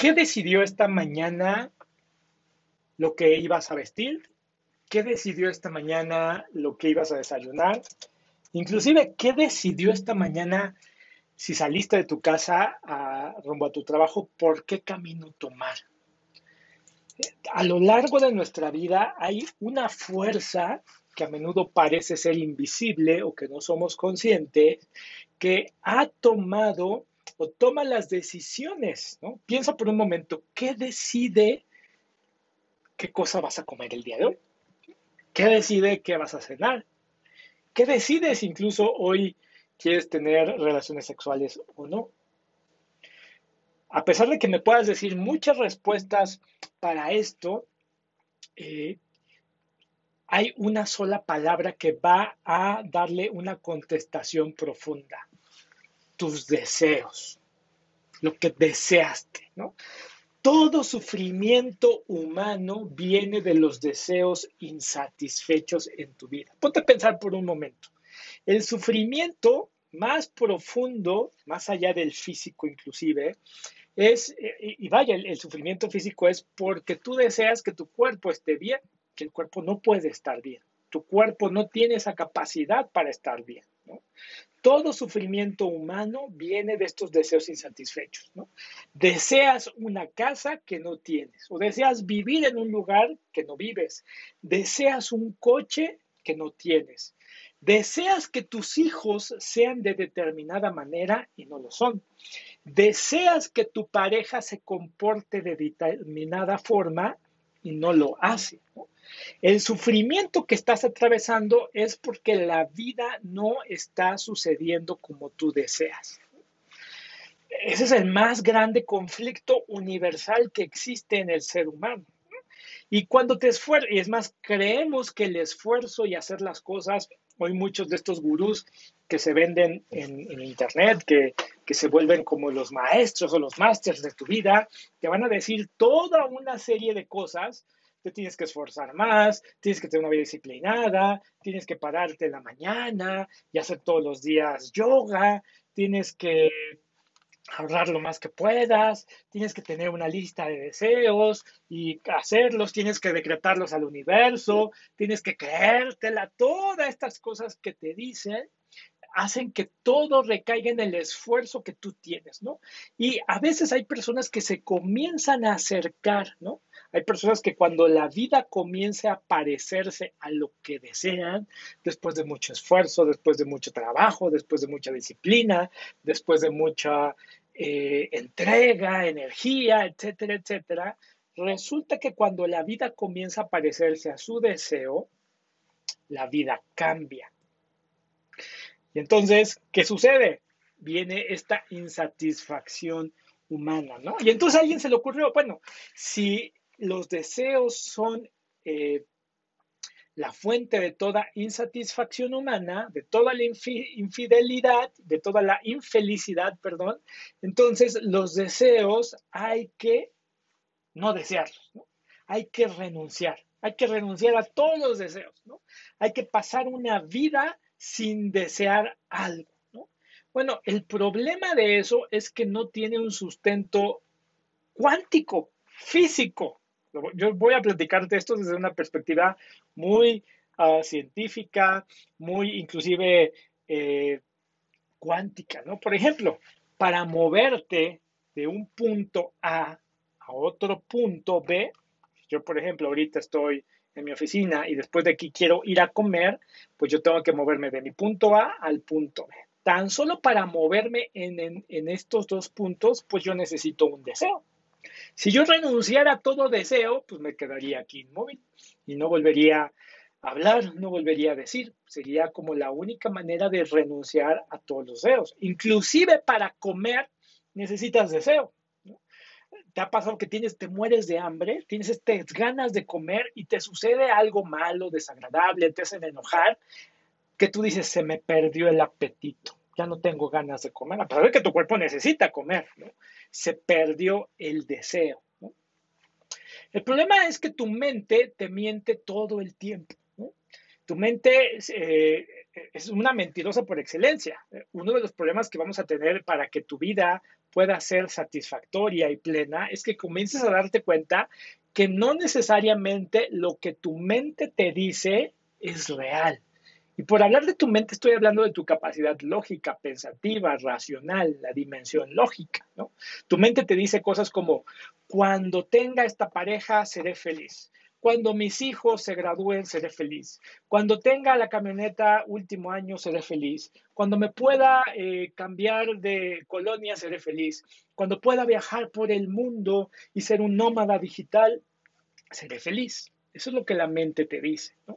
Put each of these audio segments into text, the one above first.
¿Qué decidió esta mañana lo que ibas a vestir? ¿Qué decidió esta mañana lo que ibas a desayunar? Inclusive, ¿qué decidió esta mañana si saliste de tu casa rumbo a tu trabajo, por qué camino tomar? A lo largo de nuestra vida hay una fuerza que a menudo parece ser invisible o que no somos conscientes, que ha tomado o toma las decisiones, ¿no? Piensa por un momento, ¿qué decide qué cosa vas a comer el día de hoy? ¿Qué decide qué vas a cenar? ¿Qué decides incluso hoy quieres tener relaciones sexuales o no? A pesar de que me puedas decir muchas respuestas para esto, eh, hay una sola palabra que va a darle una contestación profunda. Tus deseos, lo que deseaste, ¿no? Todo sufrimiento humano viene de los deseos insatisfechos en tu vida. Ponte a pensar por un momento. El sufrimiento más profundo, más allá del físico inclusive, y vaya, el sufrimiento físico es porque tú deseas que tu cuerpo esté bien, que el cuerpo no puede estar bien. Tu cuerpo no tiene esa capacidad para estar bien, ¿no? Todo sufrimiento humano viene de estos deseos insatisfechos, ¿no? Deseas una casa que no tienes, o deseas vivir en un lugar que no vives, deseas un coche que no tienes, deseas que tus hijos sean de determinada manera y no lo son, deseas que tu pareja se comporte de determinada forma y no lo hace, ¿no? El sufrimiento que estás atravesando es porque la vida no está sucediendo como tú deseas. Ese es el más grande conflicto universal que existe en el ser humano. Y cuando te esfuerzas, y es más, creemos que el esfuerzo y hacer las cosas, hoy muchos de estos gurús que se venden en internet, que se vuelven como los maestros o los másters de tu vida, te van a decir toda una serie de cosas. Te tienes que esforzar más, tienes que tener una vida disciplinada, tienes que pararte en la mañana y hacer todos los días yoga, tienes que ahorrar lo más que puedas, tienes que tener una lista de deseos y hacerlos, tienes que decretarlos al universo, tienes que creértela, todas estas cosas que te dicen hacen que todo recaiga en el esfuerzo que tú tienes, ¿no? Y a veces hay personas que se comienzan a acercar, ¿no? Hay personas que cuando la vida comience a parecerse a lo que desean, después de mucho esfuerzo, después de mucho trabajo, después de mucha disciplina, después de mucha entrega, energía, etcétera, etcétera, resulta que cuando la vida comienza a parecerse a su deseo, la vida cambia. Y entonces, ¿qué sucede? Viene esta insatisfacción humana, ¿no? Y entonces a alguien se le ocurrió, bueno, si los deseos son la fuente de toda insatisfacción humana, de toda la infidelidad, de toda la infelicidad, perdón, entonces los deseos hay que no desearlos, ¿no? Hay que renunciar a todos los deseos, ¿no? Hay que pasar una vida sin desear algo, ¿no? Bueno, el problema de eso es que no tiene un sustento cuántico, físico. Yo voy a platicarte esto desde una perspectiva muy científica, muy inclusive cuántica, ¿no? Por ejemplo, para moverte de un punto a otro punto B, yo por ejemplo ahorita estoy en mi oficina y después de aquí quiero ir a comer, pues yo tengo que moverme de mi punto A al punto B. Tan solo para moverme en estos dos puntos, pues yo necesito un deseo. Si yo renunciara a todo deseo, pues me quedaría aquí inmóvil y no volvería a hablar, no volvería a decir. Sería como la única manera de renunciar a todos los deseos. Inclusive para comer necesitas deseo, ¿no? ¿Te ha pasado que te mueres de hambre, tienes estas ganas de comer y te sucede algo malo, desagradable, te hacen enojar, que tú dices, se me perdió el apetito, ya no tengo ganas de comer, a pesar de que tu cuerpo necesita comer, ¿no? Se perdió el deseo, ¿no? El problema es que tu mente te miente todo el tiempo, ¿no? Tu mente es una mentirosa por excelencia. Uno de los problemas que vamos a tener para que tu vida pueda ser satisfactoria y plena es que comiences a darte cuenta que no necesariamente lo que tu mente te dice es real. Y por hablar de tu mente estoy hablando de tu capacidad lógica, pensativa, racional, la dimensión lógica, ¿no? Tu mente te dice cosas como, cuando tenga esta pareja seré feliz. Cuando mis hijos se gradúen, seré feliz. Cuando tenga la camioneta último año, seré feliz. Cuando me pueda cambiar de colonia, seré feliz. Cuando pueda viajar por el mundo y ser un nómada digital, seré feliz. Eso es lo que la mente te dice, ¿no?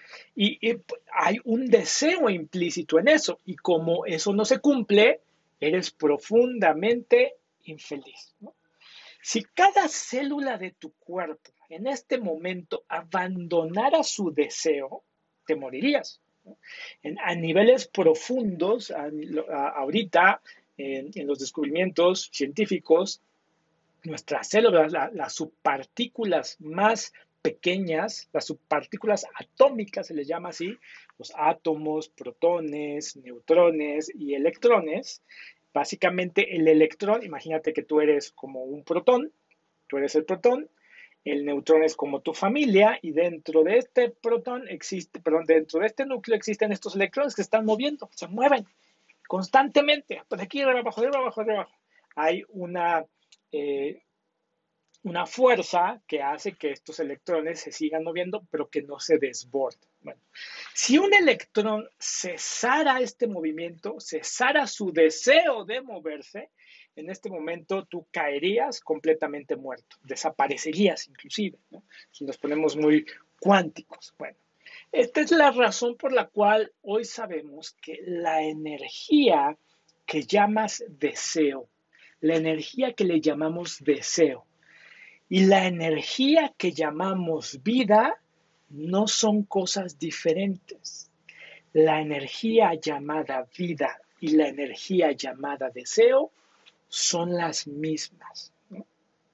Y hay un deseo implícito en eso. Y como eso no se cumple, eres profundamente infeliz, ¿no? Si cada célula de tu cuerpo en este momento abandonara su deseo, te morirías, ¿no? A niveles profundos, ahorita, en los descubrimientos científicos, nuestras células, las subpartículas más pequeñas, las subpartículas atómicas, se les llama así, los átomos, protones, neutrones y electrones. Básicamente el electrón, imagínate que tú eres como un protón, tú eres el protón, el neutrón es como tu familia y dentro de este protón existe, perdón, dentro de este núcleo existen estos electrones que están moviendo, se mueven constantemente, de aquí de abajo, de abajo, de abajo. Hay eh, una fuerza que hace que estos electrones se sigan moviendo, pero que no se desborden. Bueno, si un electrón cesara este movimiento, cesara su deseo de moverse, en este momento tú caerías completamente muerto, desaparecerías inclusive, ¿no? Si nos ponemos muy cuánticos. Bueno, esta es la razón por la cual hoy sabemos que la energía que llamas deseo, la energía que le llamamos deseo, y la energía que llamamos vida no son cosas diferentes. La energía llamada vida y la energía llamada deseo son las mismas, ¿no?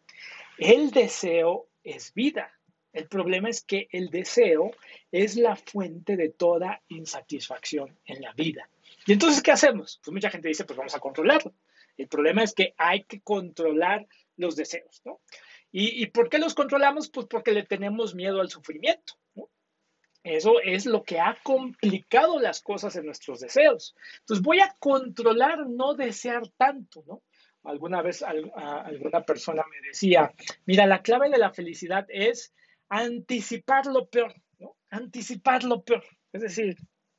El deseo es vida. El problema es que el deseo es la fuente de toda insatisfacción en la vida. ¿Y entonces qué hacemos? Pues mucha gente dice, pues vamos a controlarlo. El problema es que hay que controlar los deseos, ¿no? ¿Y por qué los controlamos? Pues porque le tenemos miedo al sufrimiento, ¿no? Eso es lo que ha complicado las cosas en nuestros deseos. Entonces voy a controlar no desear tanto, ¿no? Alguna vez alguna persona me decía, mira, la clave de la felicidad es anticipar lo peor, ¿no? Anticipar lo peor. Es decir,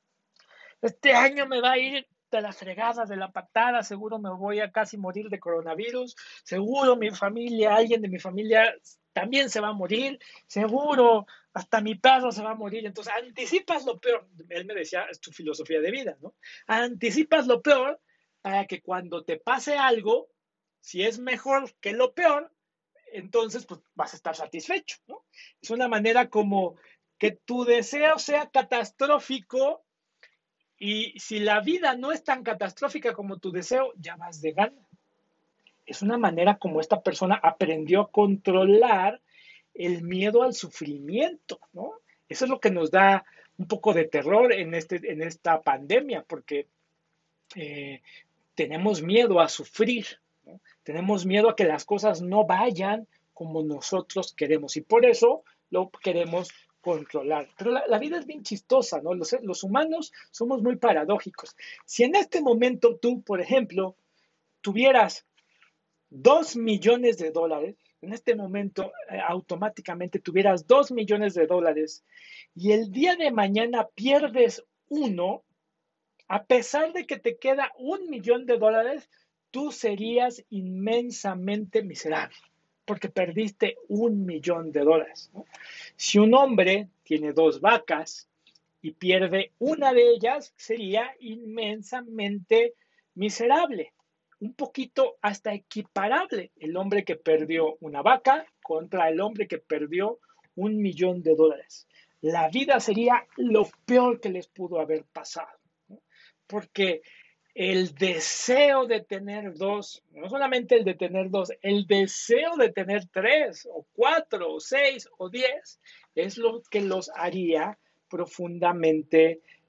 este año me va a ir de la fregada, de la patada, seguro me voy a casi morir de coronavirus, seguro mi familia, alguien de mi familia también se va a morir, seguro hasta mi perro se va a morir. Entonces, anticipas lo peor. Él me decía, es tu filosofía de vida, ¿no? Anticipas lo peor para que cuando te pase algo, si es mejor que lo peor, entonces pues vas a estar satisfecho, ¿no? Es una manera como que tu deseo sea catastrófico y si la vida no es tan catastrófica como tu deseo, ya vas de gana. Es una manera como esta persona aprendió a controlar el miedo al sufrimiento, ¿no? Eso es lo que nos da un poco de terror en esta pandemia, porque eh, tenemos miedo a sufrir, ¿no? Tenemos miedo a que las cosas no vayan como nosotros queremos y por eso lo queremos controlar. Pero la vida es bien chistosa, ¿no? Los humanos somos muy paradójicos. Si en este momento tú, por ejemplo, tuvieras 2 millones de dólares, en este momento automáticamente tuvieras 2 millones de dólares y el día de mañana pierdes uno, a pesar de que te queda 1 millón de dólares, tú serías inmensamente miserable porque perdiste 1 millón de dólares, ¿no? Si un hombre tiene 2 vacas y pierde una de ellas, sería inmensamente miserable. Un poquito hasta equiparable el hombre que perdió una vaca contra el hombre que perdió 1 millón de dólares. La vida sería lo peor que les pudo haber pasado, ¿no? Porque el deseo de tener dos, no solamente el de tener dos, el deseo de tener tres o cuatro o seis o 10 es lo que los haría profundamente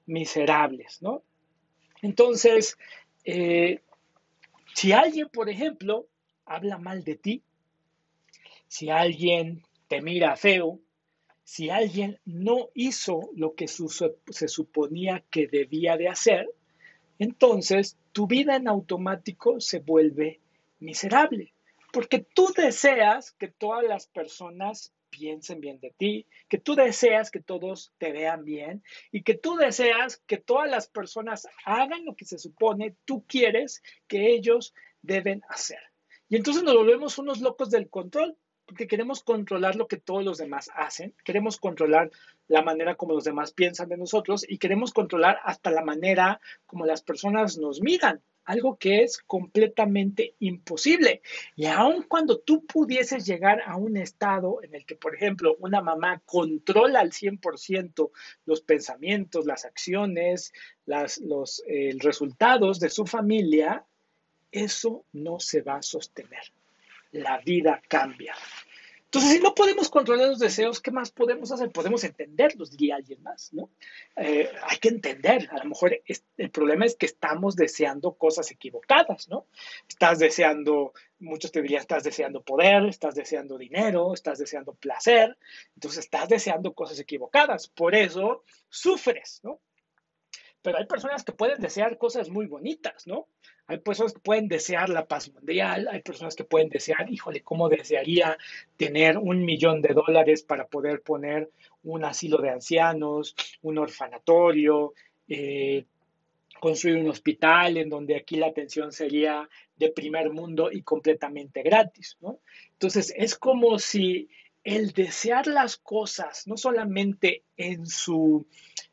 miserables, ¿no? Entonces, eh, si alguien, por ejemplo, habla mal de ti, si alguien te mira feo, si alguien no hizo lo que se suponía que debía de hacer, entonces tu vida en automático se vuelve miserable, porque tú deseas que todas las personas piensen bien de ti, que tú deseas que todos te vean bien y que tú deseas que todas las personas hagan lo que se supone tú quieres que ellos deben hacer. Y entonces nos volvemos unos locos del control, porque queremos controlar lo que todos los demás hacen, queremos controlar la manera como los demás piensan de nosotros y queremos controlar hasta la manera como las personas nos miran, algo que es completamente imposible. Y aun cuando tú pudieses llegar a un estado en el que, por ejemplo, una mamá controla al 100% los pensamientos, las acciones, los resultados de su familia, eso no se va a sostener. La vida cambia. Entonces, si no podemos controlar los deseos, ¿qué más podemos hacer? Podemos entenderlos, diría alguien más, ¿no? Hay que entender, a lo mejor el problema es que estamos deseando cosas equivocadas, ¿no? Estás deseando, muchos te dirían, estás deseando poder, estás deseando dinero, estás deseando placer, entonces estás deseando cosas equivocadas, por eso sufres, ¿no? Pero hay personas que pueden desear cosas muy bonitas, ¿no? Hay personas que pueden desear la paz mundial, hay personas que pueden desear, híjole, ¿cómo desearía tener $1 millón para poder poner un asilo de ancianos, un orfanatorio, construir un hospital en donde aquí la atención sería de primer mundo y completamente gratis, ¿no? Entonces, es como si el desear las cosas, no solamente en su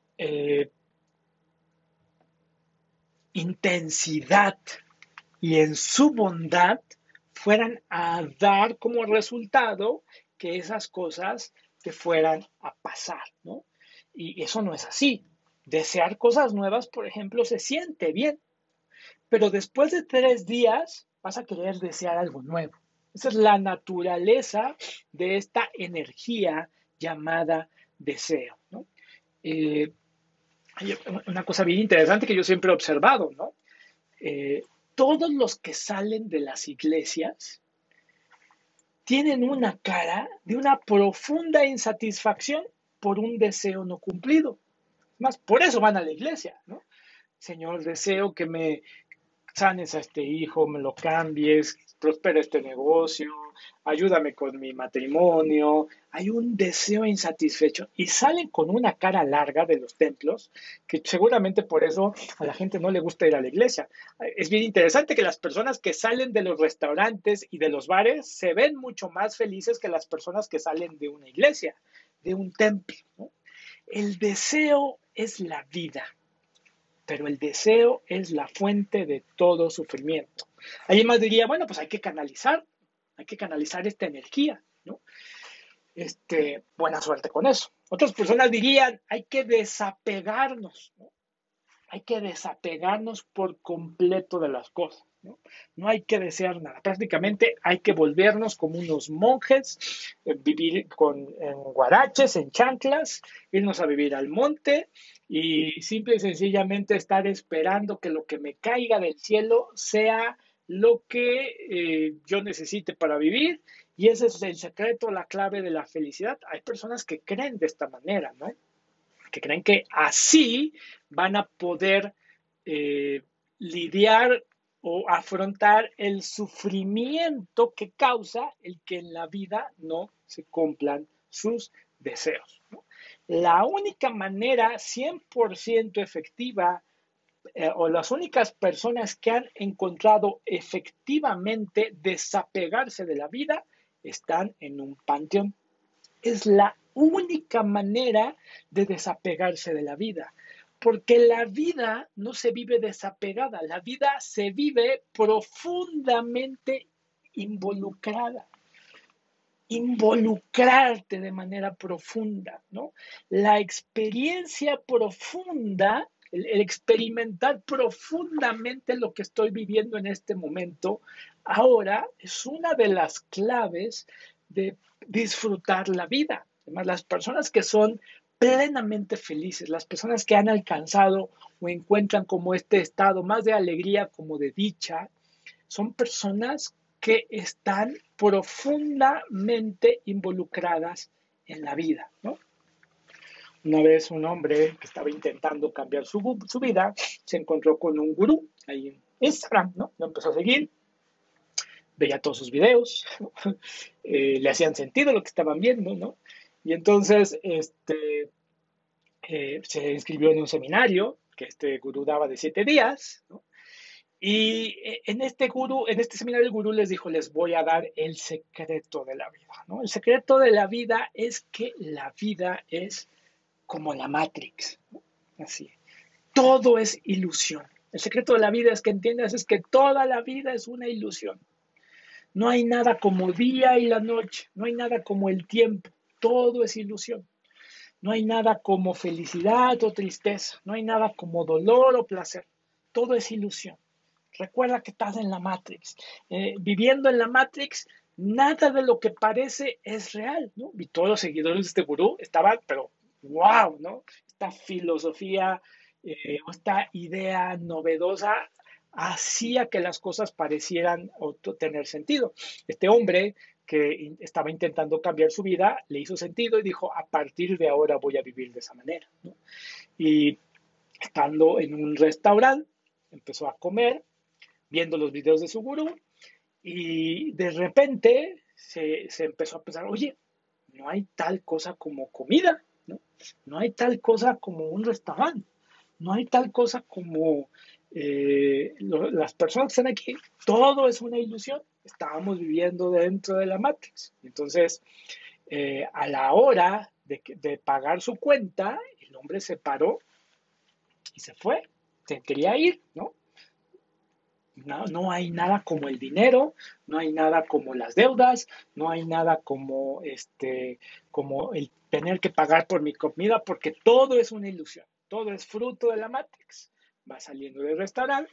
intensidad y en su bondad fueran a dar como resultado que esas cosas te fueran a pasar, ¿no? Y eso no es así. Desear cosas nuevas, por ejemplo, se siente bien, pero después de 3 días vas a querer desear algo nuevo. Esa es la naturaleza de esta energía llamada deseo, ¿no? Eh, Hay una cosa bien interesante que yo siempre he observado, ¿no? Eh, Todos los que salen de las iglesias tienen una cara de una profunda insatisfacción por un deseo no cumplido. Más, por eso van a la iglesia, ¿no? Señor, deseo que me sanes a este hijo, me lo cambies, prospera este negocio, ayúdame con mi matrimonio. Hay un deseo insatisfecho y salen con una cara larga de los templos, que seguramente por eso a la gente no le gusta ir a la iglesia. Es bien interesante que las personas que salen de los restaurantes y de los bares se ven mucho más felices que las personas que salen de una iglesia, de un templo, ¿no? El deseo es la vida, pero el deseo es la fuente de todo sufrimiento. Alguien más diría, bueno, pues hay que canalizar esta energía, ¿no? Buena suerte con eso. Otras personas dirían, hay que desapegarnos, ¿no? Hay que desapegarnos por completo de las cosas, ¿no? No hay que desear nada. Prácticamente hay que volvernos como unos monjes, vivir en guaraches, en chanclas, irnos a vivir al monte y simple y sencillamente estar esperando que lo que me caiga del cielo sea lo que yo necesite para vivir. Y ese es el secreto, la clave de la felicidad. Hay personas que creen de esta manera, ¿no? Que creen que así van a poder eh, lidiar o afrontar el sufrimiento que causa el que en la vida no se cumplan sus deseos, ¿no? La única manera 100% efectiva o las únicas personas que han encontrado efectivamente desapegarse de la vida están en un panteón. Es la única manera de desapegarse de la vida, porque la vida no se vive desapegada, la vida se vive profundamente involucrada. Involucrarte de manera profunda, ¿no? La experiencia profunda, el experimentar profundamente lo que estoy viviendo en este momento, ahora es una de las claves de disfrutar la vida. Además, las personas que son plenamente felices, las personas que han alcanzado o encuentran como este estado más de alegría como de dicha, son personas que están profundamente involucradas en la vida, ¿no? Una vez un hombre que estaba intentando cambiar su vida se encontró con un gurú ahí en Instagram, ¿no? Lo empezó a seguir, veía todos sus videos, ¿no? Le hacían sentido lo que estaban viendo, ¿no? Y entonces se inscribió en un seminario que este gurú daba de 7 días, ¿no? Y en este seminario el gurú les dijo, les voy a dar el secreto de la vida, ¿no? El secreto de la vida es que la vida es como la Matrix, ¿no? Así. Todo es ilusión. El secreto de la vida es que entiendas es que toda la vida es una ilusión. No hay nada como día y la noche, no hay nada como el tiempo, todo es ilusión. No hay nada como felicidad o tristeza, no hay nada como dolor o placer, todo es ilusión. Recuerda que estás en la Matrix. Viviendo en la Matrix, nada de lo que parece es real, ¿no? Y todos los seguidores de este gurú estaban, pero wow, ¿no? Esta filosofía, esta idea novedosa hacía que las cosas parecieran tener sentido. Este hombre que estaba intentando cambiar su vida, le hizo sentido y dijo, a partir de ahora voy a vivir de esa manera, ¿no? Y estando en un restaurante, empezó a comer, viendo los videos de su gurú, y de repente se empezó a pensar, oye, no hay tal cosa como comida, ¿no? No hay tal cosa como un restaurante, no hay tal cosa como las personas que están aquí, todo es una ilusión, estábamos viviendo dentro de la Matrix. Entonces, a la hora de pagar su cuenta, el hombre se paró y se fue, se quería ir, ¿no? No, no hay nada como el dinero, no hay nada como las deudas, no hay nada como como el tener que pagar por mi comida, porque todo es una ilusión, todo es fruto de la Matrix. Va saliendo del restaurante,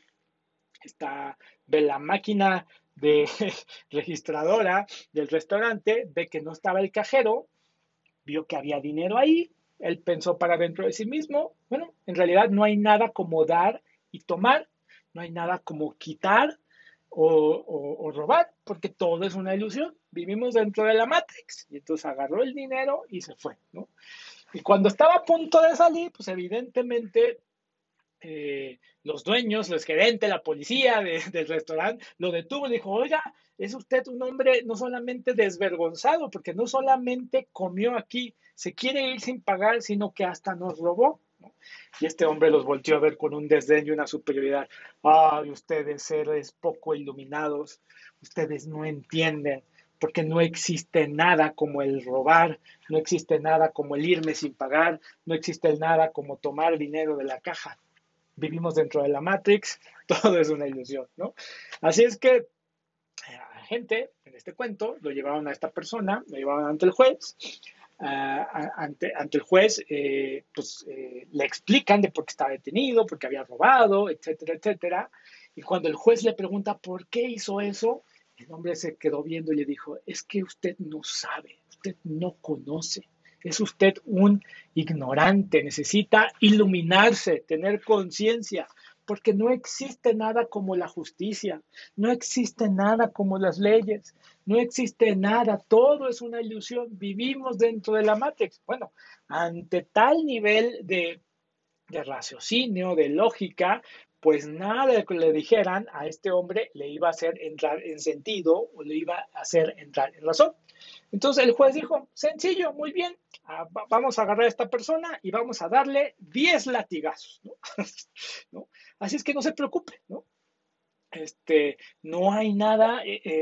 ve la máquina de registradora del restaurante, ve que no estaba el cajero, vio que había dinero ahí, él pensó para dentro de sí mismo, bueno, en realidad no hay nada como dar y tomar, no hay nada como quitar o robar, porque todo es una ilusión. Vivimos dentro de la Matrix. Y entonces agarró el dinero y se fue, ¿no? Y cuando estaba a punto de salir, pues evidentemente los dueños, los gerentes, la policía del restaurante lo detuvo y dijo, oiga, es usted un hombre no solamente desvergonzado, porque no solamente comió aquí, se quiere ir sin pagar, sino que hasta nos robó, ¿no? Y este hombre los volteó a ver con un desdén y una superioridad. Ay, ustedes seres poco iluminados, ustedes no entienden, porque no existe nada como el robar, no existe nada como el irme sin pagar, no existe nada como tomar dinero de la caja. Vivimos dentro de la Matrix, todo es una ilusión, ¿no? Así es que a gente, en este cuento, lo llevaron a esta persona, lo llevaron ante el juez, ante el juez, le explican de por qué estaba detenido, por qué había robado, etcétera, etcétera. Y cuando el juez le pregunta por qué hizo eso, el hombre se quedó viendo y le dijo, es que usted no sabe, usted no conoce. Es usted un ignorante, necesita iluminarse, tener conciencia, porque no existe nada como la justicia, no existe nada como las leyes, no existe nada, todo es una ilusión, vivimos dentro de la Matrix. Bueno, ante tal nivel de raciocinio, de lógica, pues nada de lo que le dijeran a este hombre le iba a hacer entrar en sentido o le iba a hacer entrar en razón. Entonces el juez dijo, sencillo, muy bien, vamos a agarrar a esta persona y vamos a darle 10 latigazos, ¿no? ¿No? Así es que no se preocupe, ¿no? No hay nada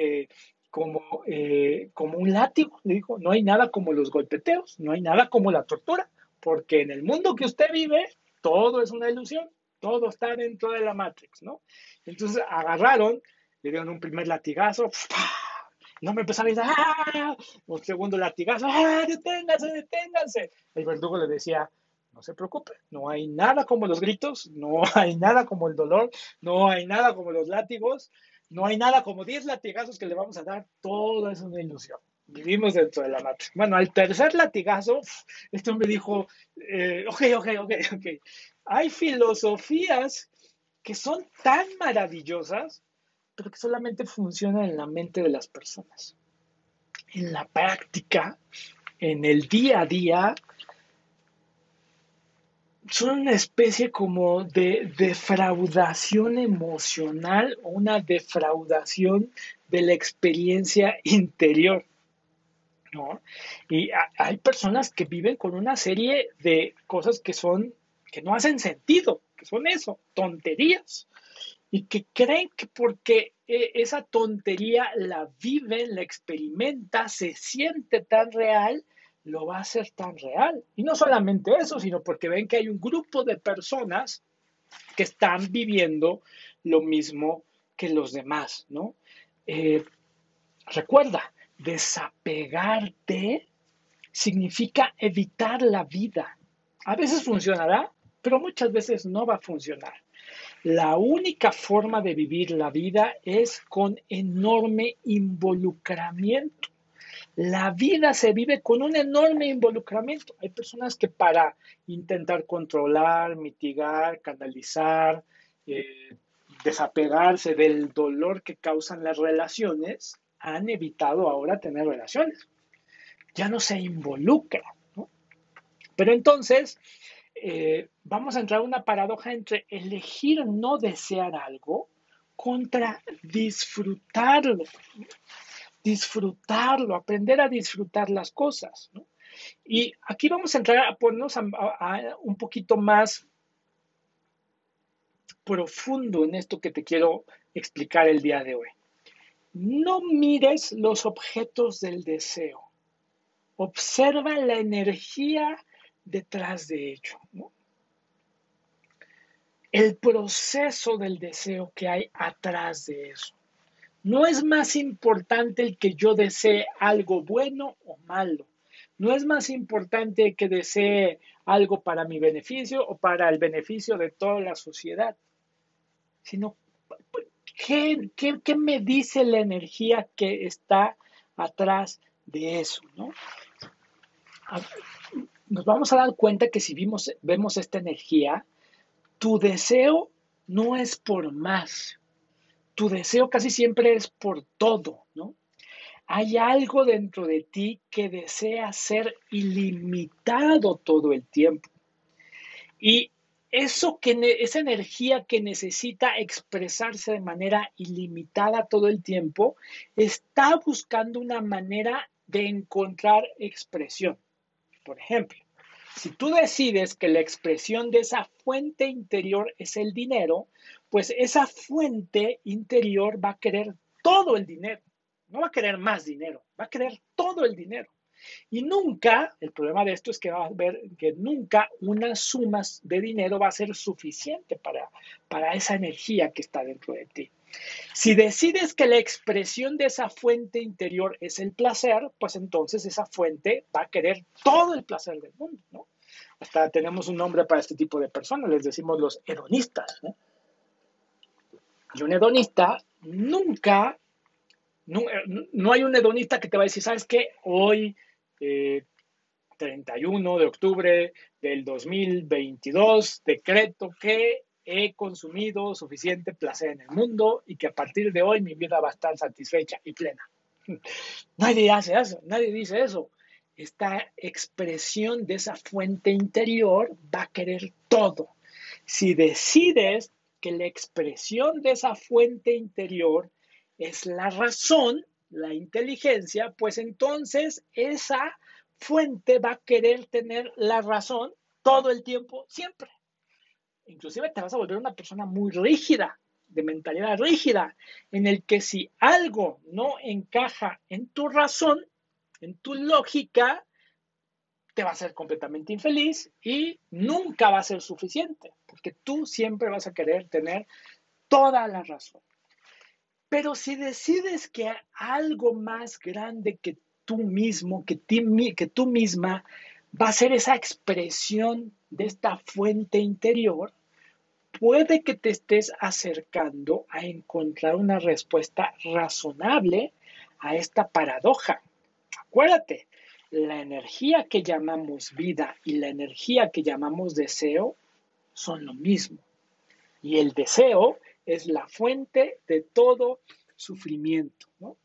como un látigo, le dijo, no hay nada como los golpeteos, no hay nada como la tortura, porque en el mundo que usted vive, todo es una ilusión, todo está dentro de la Matrix, ¿no? Entonces agarraron, le dieron un primer latigazo, no me empezó a gritar, ¡ah! Un segundo latigazo, ¡ah! ¡Deténganse, deténganse! El verdugo le decía, no se preocupe, no hay nada como los gritos, no hay nada como el dolor, no hay nada como los látigos, no hay nada como 10 latigazos que le vamos a dar, todo es una ilusión. Vivimos dentro de la Matrix. Bueno, al tercer latigazo, este hombre dijo, ok. Hay filosofías que son tan maravillosas, pero que solamente funcionan en la mente de las personas. En la práctica, en el día a día, son una especie como de defraudación emocional o una defraudación de la experiencia interior, ¿no? Y hay personas que viven con una serie de cosas que no hacen sentido, que son eso, tonterías, y que creen que porque esa tontería la viven, la experimenta, se siente tan real, lo va a hacer tan real. Y no solamente eso, sino porque ven que hay un grupo de personas que están viviendo lo mismo que los demás, ¿no? Eh, Recuerda, desapegarte significa evitar la vida. A veces funcionará, pero muchas veces no va a funcionar. La única forma de vivir la vida es con enorme involucramiento. La vida se vive con un enorme involucramiento. Hay personas que para intentar controlar, mitigar, canalizar, eh, desapegarse del dolor que causan las relaciones, han evitado ahora tener relaciones. Ya no se involucra, ¿no? Pero entonces vamos a entrar a una paradoja entre elegir no desear algo contra disfrutarlo, aprender a disfrutar las cosas, ¿no? Y aquí vamos a entrar a ponernos un poquito más profundo en esto que te quiero explicar el día de hoy. No mires los objetos del deseo, observa la energía detrás de ello, ¿no? El proceso del deseo que hay atrás de eso. No es más importante el que yo desee algo bueno o malo. No es más importante que desee algo para mi beneficio o para el beneficio de toda la sociedad, sino qué me dice la energía que está atrás de eso, ¿no? Nos vamos a dar cuenta que si vemos esta energía, tu deseo no es por más, tu deseo casi siempre es por todo, ¿no? Hay algo dentro de ti que desea ser ilimitado todo el tiempo. Y esa energía que necesita expresarse de manera ilimitada todo el tiempo, está buscando una manera de encontrar expresión. Por ejemplo, si tú decides que la expresión de esa fuente interior es el dinero, pues esa fuente interior va a querer todo el dinero. No va a querer más dinero, va a querer todo el dinero. Y nunca, el problema de esto es que va a ver que nunca una suma de dinero va a ser suficiente para esa energía que está dentro de ti. Si decides que la expresión de esa fuente interior es el placer, pues entonces esa fuente va a querer todo el placer del mundo, ¿no? Hasta tenemos un nombre para este tipo de personas, les decimos los hedonistas, ¿no? Y un hedonista nunca, no hay un hedonista que te va a decir, ¿sabes qué? Hoy, 31 de octubre del 2022, decreto que he consumido suficiente placer en el mundo y que a partir de hoy mi vida va a estar satisfecha y plena. Nadie hace eso, nadie dice eso. Esta expresión de esa fuente interior va a querer todo. Si decides que la expresión de esa fuente interior es la razón, la inteligencia, pues entonces esa fuente va a querer tener la razón todo el tiempo, siempre. Inclusive te vas a volver una persona muy rígida, de mentalidad rígida, en el que si algo no encaja en tu razón, en tu lógica, te va a hacer completamente infeliz y nunca va a ser suficiente, porque tú siempre vas a querer tener toda la razón. Pero si decides que algo más grande que tú mismo, que tú misma, va a ser esa expresión de esta fuente interior, puede que te estés acercando a encontrar una respuesta razonable a esta paradoja. Acuérdate, la energía que llamamos vida y la energía que llamamos deseo son lo mismo. Y el deseo es la fuente de todo sufrimiento, ¿no?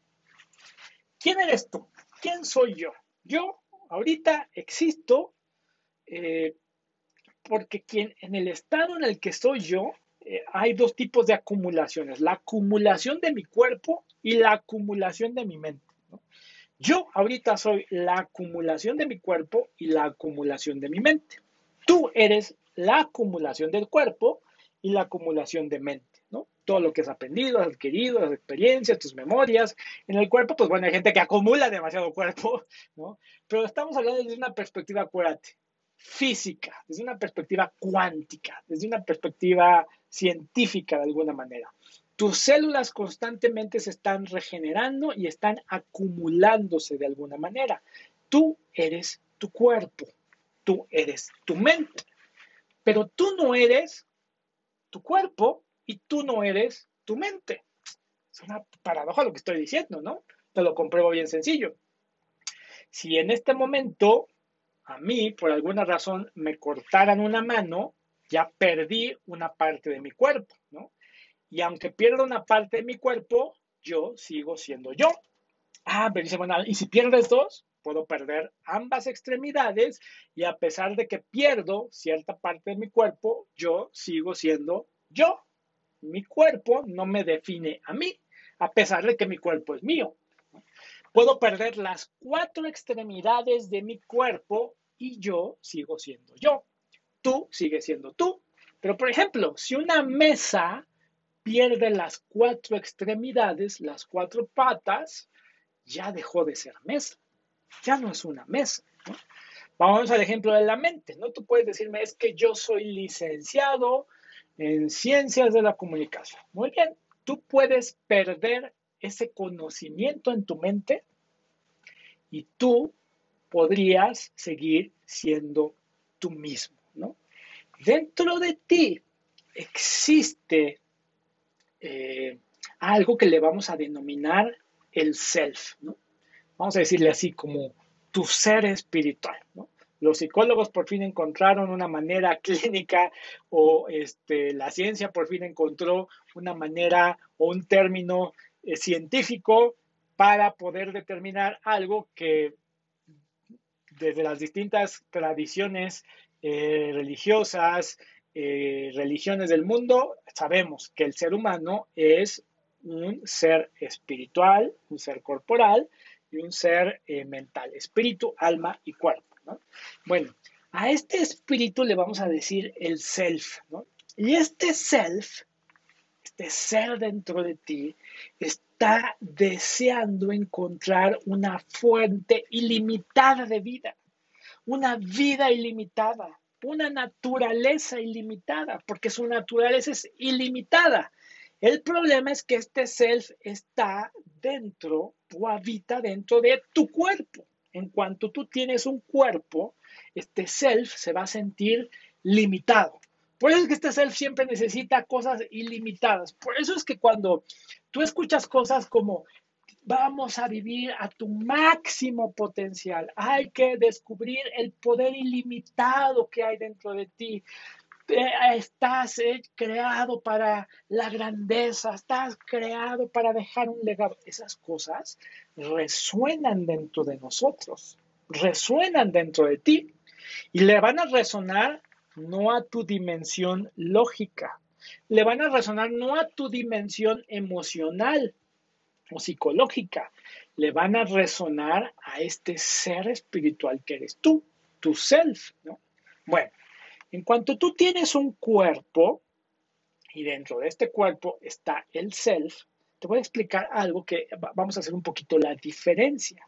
¿Quién eres tú? ¿Quién soy yo? Yo ahorita existo eh, porque en el estado en el que estoy yo, hay dos tipos de acumulaciones, la acumulación de mi cuerpo y la acumulación de mi mente, ¿no? Yo ahorita soy la acumulación de mi cuerpo y la acumulación de mi mente. Tú eres la acumulación del cuerpo y la acumulación de mente, ¿no? Todo lo que has aprendido, has adquirido, las experiencias, tus memorias. En el cuerpo, pues bueno, hay gente que acumula demasiado cuerpo, ¿no? Pero estamos hablando desde una perspectiva, acuérdate, física, desde una perspectiva cuántica, desde una perspectiva científica de alguna manera. Tus células constantemente se están regenerando y están acumulándose de alguna manera. Tú eres tu cuerpo, tú eres tu mente, pero tú no eres tu cuerpo y tú no eres tu mente. Es una paradoja lo que estoy diciendo, ¿no? Te lo compruebo bien sencillo. Si en este momento a mí, por alguna razón, me cortaran una mano, ya perdí una parte de mi cuerpo, ¿no? Y aunque pierda una parte de mi cuerpo, yo sigo siendo yo. Ah, pero dice, bueno, y si pierdes dos, puedo perder ambas extremidades y a pesar de que pierdo cierta parte de mi cuerpo, yo sigo siendo yo. Mi cuerpo no me define a mí, a pesar de que mi cuerpo es mío. Puedo perder las cuatro extremidades de mi cuerpo y yo sigo siendo yo. Tú sigues siendo tú. Pero, por ejemplo, si una mesa pierde las cuatro extremidades, las cuatro patas, ya dejó de ser mesa. Ya no es una mesa, ¿no? Vamos al ejemplo de la mente, ¿no? Tú puedes decirme, es que yo soy licenciado en ciencias de la comunicación. Muy bien, tú puedes perder ese conocimiento en tu mente y tú podrías seguir siendo tú mismo, ¿no? Dentro de ti existe algo que le vamos a denominar el self, ¿no? Vamos a decirle así como tu ser espiritual, ¿no? Los psicólogos por fin encontraron una manera clínica o la ciencia por fin encontró una manera o un término científico para poder determinar algo que desde las distintas tradiciones religiosas, religiones del mundo, sabemos que el ser humano es un ser espiritual, un ser corporal y un ser mental, espíritu, alma y cuerpo, ¿no? Bueno, a este espíritu le vamos a decir el self, ¿no? Y este self, este ser dentro de ti, está deseando encontrar una fuente ilimitada de vida, una vida ilimitada, una naturaleza ilimitada, porque su naturaleza es ilimitada. El problema es que este self está dentro o habita dentro de tu cuerpo. En cuanto tú tienes un cuerpo, este self se va a sentir limitado. Por eso es que este self siempre necesita cosas ilimitadas. Por eso es que cuando tú escuchas cosas como vamos a vivir a tu máximo potencial. Hay que descubrir el poder ilimitado que hay dentro de ti. Estás creado para la grandeza, estás creado para dejar un legado. Esas cosas resuenan dentro de nosotros, resuenan dentro de ti y le van a resonar no a tu dimensión lógica, le van a resonar no a tu dimensión emocional, o psicológica, le van a resonar a este ser espiritual que eres tú, tu self, ¿no? Bueno, en cuanto tú tienes un cuerpo y dentro de este cuerpo está el self, te voy a explicar algo que vamos a hacer un poquito la diferencia.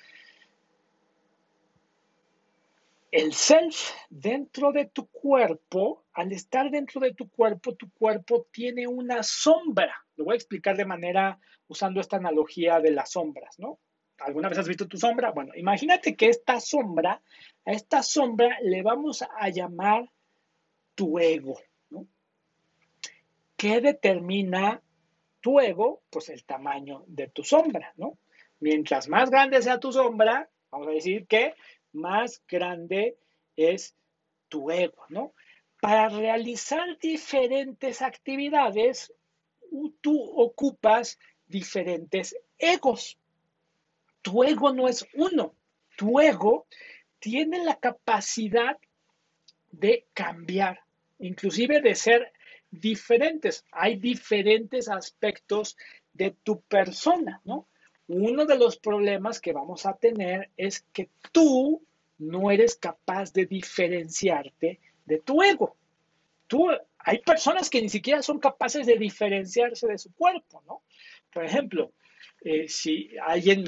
El self dentro de tu cuerpo, al estar dentro de tu cuerpo tiene una sombra. Lo voy a explicar de manera usando esta analogía de las sombras, ¿no? ¿Alguna vez has visto tu sombra? Bueno, imagínate que a esta sombra le vamos a llamar tu ego, ¿no? ¿Qué determina tu ego? Pues el tamaño de tu sombra, ¿no? Mientras más grande sea tu sombra, Vamos a decir que más grande es tu ego, ¿no? Para realizar diferentes actividades, tú ocupas diferentes egos. Tu ego no es uno. Tu ego tiene la capacidad de cambiar, inclusive de ser diferentes. Hay diferentes aspectos de tu persona, ¿no? Uno de los problemas que vamos a tener es que tú no eres capaz de diferenciarte de tu ego. Hay personas que ni siquiera son capaces de diferenciarse de su cuerpo, ¿no? Por ejemplo, si alguien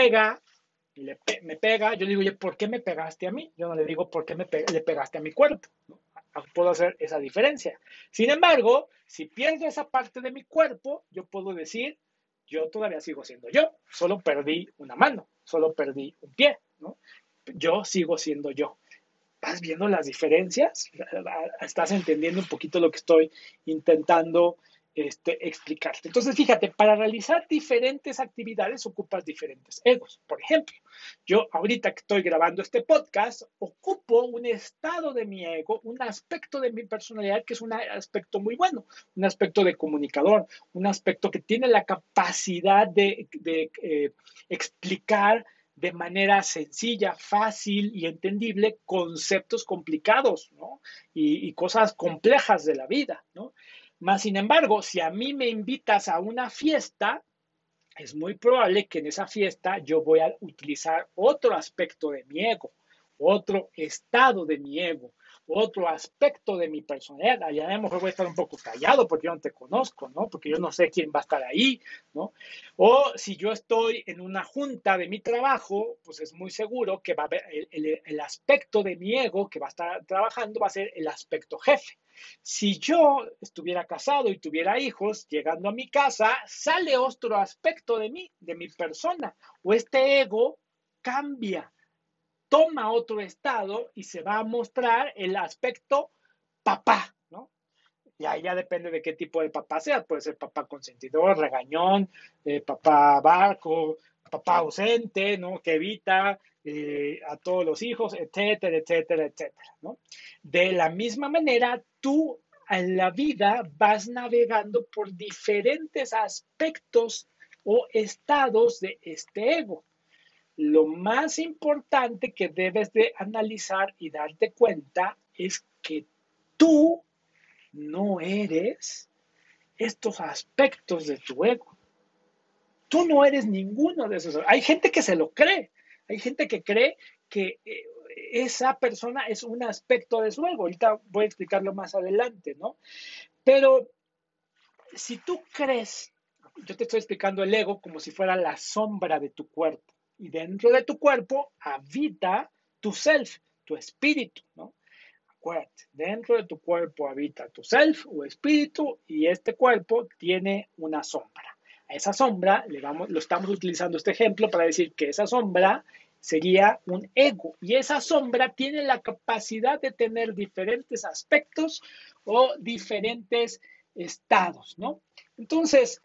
me pega, yo le digo, oye, ¿por qué me pegaste a mí? Yo no le digo, ¿por qué le pegaste a mi cuerpo? ¿No? Puedo hacer esa diferencia. Sin embargo, si pierdo esa parte de mi cuerpo, yo puedo decir, yo todavía sigo siendo yo, solo perdí una mano, solo perdí un pie, ¿no? Yo sigo siendo yo. ¿Vas viendo las diferencias? ¿Estás entendiendo un poquito lo que estoy intentando explicarte? Entonces, fíjate, para realizar diferentes actividades ocupas diferentes egos. Por ejemplo, yo ahorita que estoy grabando este podcast, ocupo un estado de mi ego, un aspecto de mi personalidad que es un aspecto muy bueno, un aspecto de comunicador, un aspecto que tiene la capacidad de explicar de manera sencilla, fácil y entendible conceptos complicados, ¿no? Y cosas complejas de la vida, ¿no? Más sin embargo, si a mí me invitas a una fiesta, es muy probable que en esa fiesta yo voy a utilizar otro aspecto de mi ego, otro estado de mi ego, otro aspecto de mi personalidad. Allá a lo mejor voy a estar un poco callado porque yo no te conozco, ¿no? Porque yo no sé quién va a estar ahí, ¿no? O si yo estoy en una junta de mi trabajo, pues es muy seguro que va a haber el aspecto de mi ego que va a estar trabajando va a ser el aspecto jefe. Si yo estuviera casado y tuviera hijos, llegando a mi casa, sale otro aspecto de mí, de mi persona, o este ego cambia, toma otro estado y se va a mostrar el aspecto papá, ¿no? Y ahí ya depende de qué tipo de papá sea. Puede ser papá consentidor, regañón, papá barco, papá ausente, ¿no? Que evita a todos los hijos, etcétera, etcétera, etcétera, ¿no? De la misma manera, tú en la vida vas navegando por diferentes aspectos o estados de este ego. Lo más importante que debes de analizar y darte cuenta es que tú no eres estos aspectos de tu ego. Tú no eres ninguno de esos. Hay gente que se lo cree. Hay gente que cree que esa persona es un aspecto de su ego. Ahorita voy a explicarlo más adelante, ¿no? Pero si tú crees, yo te estoy explicando el ego como si fuera la sombra de tu cuerpo. Y dentro de tu cuerpo habita tu self, tu espíritu, ¿no? Acuérdate, dentro de tu cuerpo habita tu self o espíritu y este cuerpo tiene una sombra. A esa sombra lo estamos utilizando este ejemplo para decir que esa sombra sería un ego y esa sombra tiene la capacidad de tener diferentes aspectos o diferentes estados, ¿no? Entonces,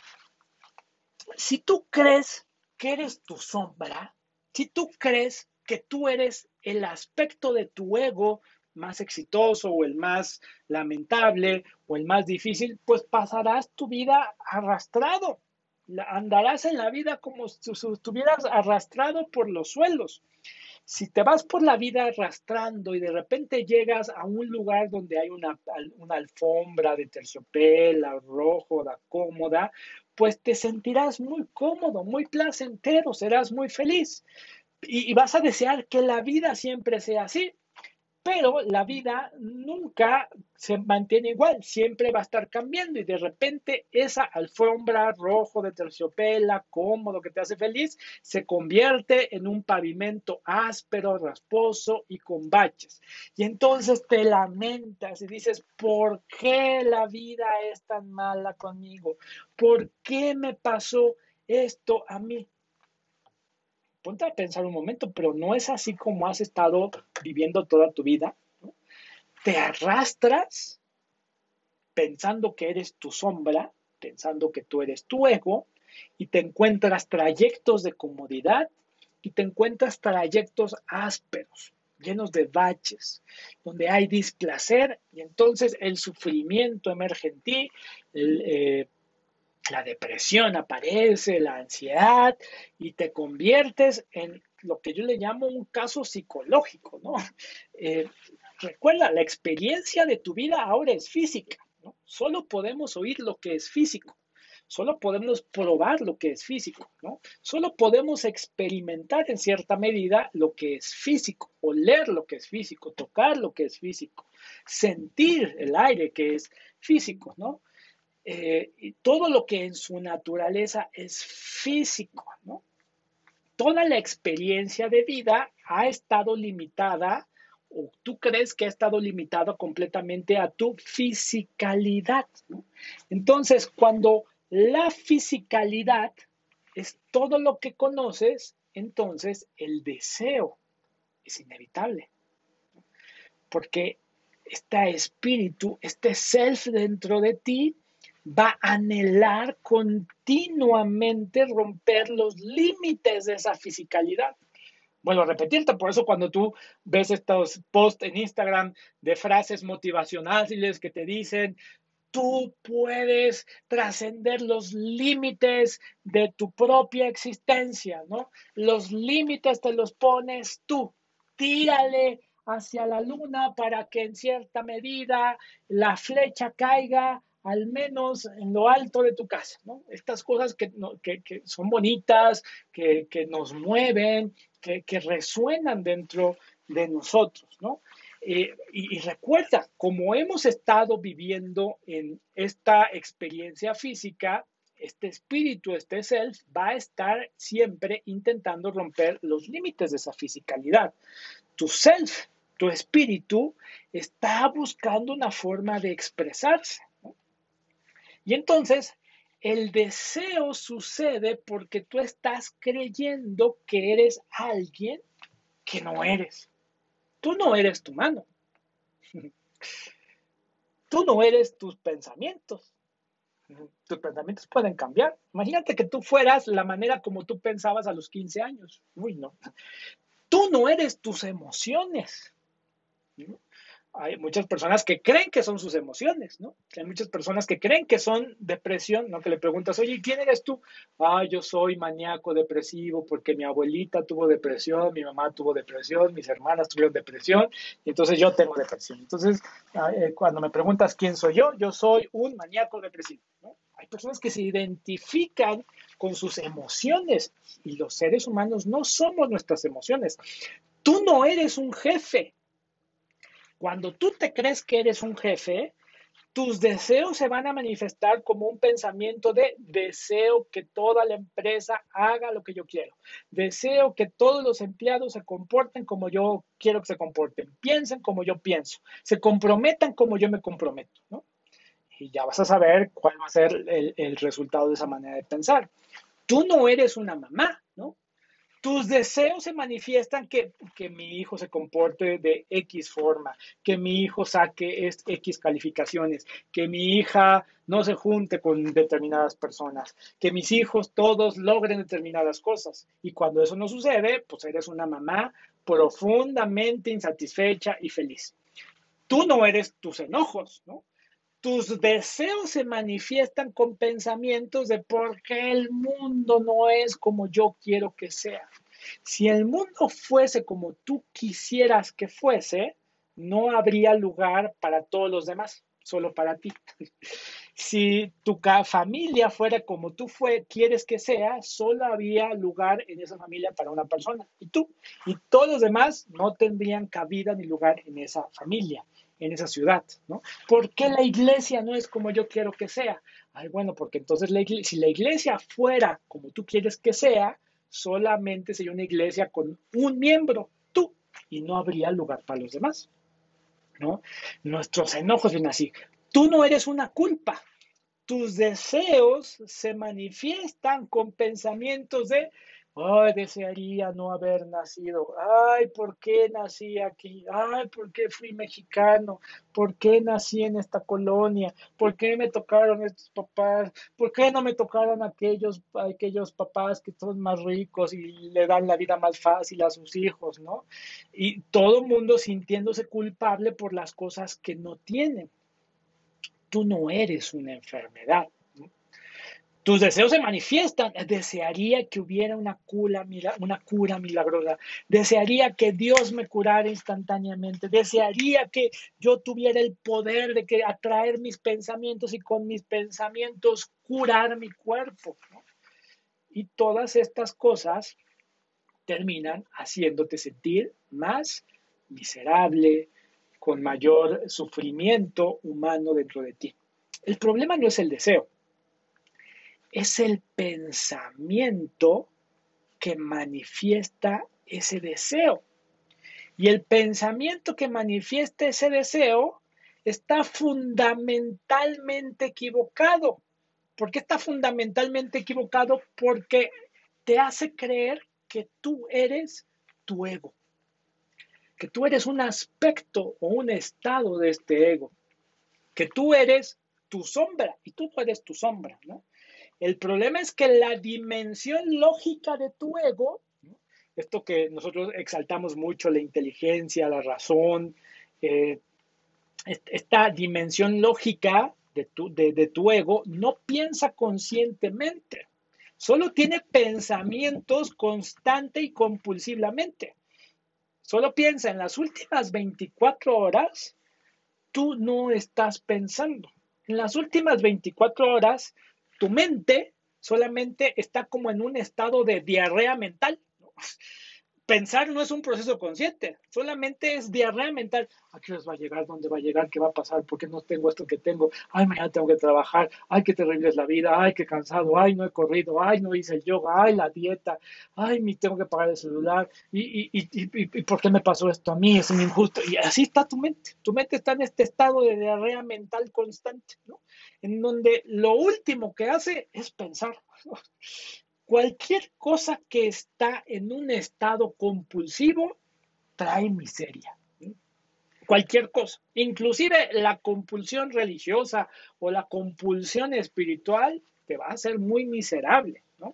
si tú crees que eres tu sombra, si tú crees que tú eres el aspecto de tu ego más exitoso o el más lamentable o el más difícil, pues pasarás tu vida arrastrado. Andarás en la vida como si estuvieras arrastrado por los suelos. Si te vas por la vida arrastrando y de repente llegas a un lugar donde hay una alfombra de terciopelo rojo, de cómoda, pues te sentirás muy cómodo, muy placentero, serás muy feliz y vas a desear que la vida siempre sea así. Pero la vida nunca se mantiene igual, siempre va a estar cambiando y de repente esa alfombra rojo de terciopelo, cómodo, que te hace feliz, se convierte en un pavimento áspero, rasposo y con baches. Y entonces te lamentas y dices, ¿por qué la vida es tan mala conmigo? ¿Por qué me pasó esto a mí? Ponte a pensar un momento, pero no es así como has estado viviendo toda tu vida, ¿no? Te arrastras pensando que eres tu sombra, pensando que tú eres tu ego, y te encuentras trayectos de comodidad y te encuentras trayectos ásperos, llenos de baches, donde hay displacer y entonces el sufrimiento emerge en ti, la depresión aparece, la ansiedad, y te conviertes en lo que yo le llamo un caso psicológico, ¿no? Eh, Recuerda, la experiencia de tu vida ahora es física, ¿no? Solo podemos oír lo que es físico. Solo podemos probar lo que es físico, ¿no? Solo podemos experimentar en cierta medida lo que es físico, oler lo que es físico, tocar lo que es físico, sentir el aire que es físico, ¿no? Y todo lo que en su naturaleza es físico, ¿no? Toda la experiencia de vida ha estado limitada, o tú crees que ha estado limitada completamente a tu fisicalidad, ¿no? Entonces, cuando la fisicalidad es todo lo que conoces, entonces el deseo es inevitable, porque este espíritu, este self dentro de ti, va a anhelar continuamente romper los límites de esa fisicalidad. Vuelvo a repetirte, por eso cuando tú ves estos posts en Instagram de frases motivacionales que te dicen, tú puedes trascender los límites de tu propia existencia, ¿no? Los límites te los pones tú. Tírale hacia la luna para que en cierta medida la flecha caiga al menos en lo alto de tu casa, ¿no? Estas cosas que, no, que son bonitas, que nos mueven, que resuenan dentro de nosotros, ¿no? Y recuerda, como hemos estado viviendo en esta experiencia física, este espíritu, este self, va a estar siempre intentando romper los límites de esa fisicalidad. Tu self, tu espíritu, está buscando una forma de expresarse, ¿no? Y entonces, el deseo sucede porque tú estás creyendo que eres alguien que no eres. Tú no eres tu mano. Tú no eres tus pensamientos. Tus pensamientos pueden cambiar. Imagínate que tú fueras la manera como tú pensabas a los 15 años. Uy, no. Tú no eres tus emociones. ¿No? Hay muchas personas que creen que son sus emociones, ¿no? Hay muchas personas que creen que son depresión, ¿no? Que le preguntas, oye, ¿quién eres tú? Ah, yo soy maníaco depresivo porque mi abuelita tuvo depresión, mi mamá tuvo depresión, mis hermanas tuvieron depresión, y entonces yo tengo depresión. Entonces, cuando me preguntas quién soy yo soy un maníaco depresivo, ¿no? Hay personas que se identifican con sus emociones y los seres humanos no somos nuestras emociones. Tú no eres un jefe. Cuando tú te crees que eres un jefe, tus deseos se van a manifestar como un pensamiento de deseo que toda la empresa haga lo que yo quiero. Deseo que todos los empleados se comporten como yo quiero que se comporten, piensen como yo pienso, se comprometan como yo me comprometo, ¿no? Y ya vas a saber cuál va a ser el resultado de esa manera de pensar. Tú no eres una mamá, ¿no? Tus deseos se manifiestan que mi hijo se comporte de X forma, que mi hijo saque X calificaciones, que mi hija no se junte con determinadas personas, que mis hijos todos logren determinadas cosas. Y cuando eso no sucede, pues eres una mamá profundamente insatisfecha y feliz. Tú no eres tus enojos, ¿no? Tus deseos se manifiestan con pensamientos de por qué el mundo no es como yo quiero que sea. Si el mundo fuese como tú quisieras que fuese, no habría lugar para todos los demás, solo para ti. Si tu familia fuera como tú quieres que sea, solo había lugar en esa familia para una persona, y tú. Y todos los demás no tendrían cabida ni lugar en esa familia, en esa ciudad, ¿no? ¿Por qué la iglesia no es como yo quiero que sea? Ay, bueno, porque entonces si la iglesia fuera como tú quieres que sea, solamente sería una iglesia con un miembro, tú, y no habría lugar para los demás, ¿no? Nuestros enojos vienen así. Tú no eres una culpa. Tus deseos se manifiestan con pensamientos de Ay, desearía no haber nacido. Ay, ¿por qué nací aquí? Ay, ¿por qué fui mexicano? ¿Por qué nací en esta colonia? ¿Por qué me tocaron estos papás? ¿Por qué no me tocaron aquellos papás que son más ricos y le dan la vida más fácil a sus hijos, ¿no? Y todo el mundo sintiéndose culpable por las cosas que no tienen. Tú no eres una enfermedad. Tus deseos se manifiestan. Desearía que hubiera una cura milagrosa. Desearía que Dios me curara instantáneamente. Desearía que yo tuviera el poder de que atraer mis pensamientos y con mis pensamientos curar mi cuerpo, ¿no? Y todas estas cosas terminan haciéndote sentir más miserable, con mayor sufrimiento humano dentro de ti. El problema no es el deseo, es el pensamiento que manifiesta ese deseo. Y el pensamiento que manifiesta ese deseo está fundamentalmente equivocado. ¿Por qué está fundamentalmente equivocado? Porque te hace creer que tú eres tu ego, que tú eres un aspecto o un estado de este ego, que tú eres tu sombra y tú no eres tu sombra, ¿no? El problema es que la dimensión lógica de tu ego, ¿no? Esto que nosotros exaltamos mucho, la inteligencia, la razón, eh, esta dimensión lógica de tu ego no piensa conscientemente, solo tiene pensamientos constante y compulsivamente. Solo piensa en las últimas 24 horas, tú no estás pensando. En las últimas 24 horas, tu mente solamente está como en un estado de diarrea mental, ¿no? Pensar no es un proceso consciente, solamente es diarrea mental. ¿A qué hora va a llegar? ¿Dónde va a llegar? ¿Qué va a pasar? ¿Por qué no tengo esto que tengo? Ay, mañana tengo que trabajar. Ay, qué terrible es la vida. Ay, qué cansado. Ay, no he corrido. Ay, no hice el yoga. Ay, la dieta. Ay, tengo que pagar el celular. ¿Y por qué me pasó esto a mí? Es un injusto. Y así está tu mente. Tu mente está en este estado de diarrea mental constante, ¿no? En donde lo último que hace es pensar, ¿no? Cualquier cosa que está en un estado compulsivo trae miseria. Cualquier cosa, inclusive la compulsión religiosa o la compulsión espiritual te va a hacer muy miserable, ¿no?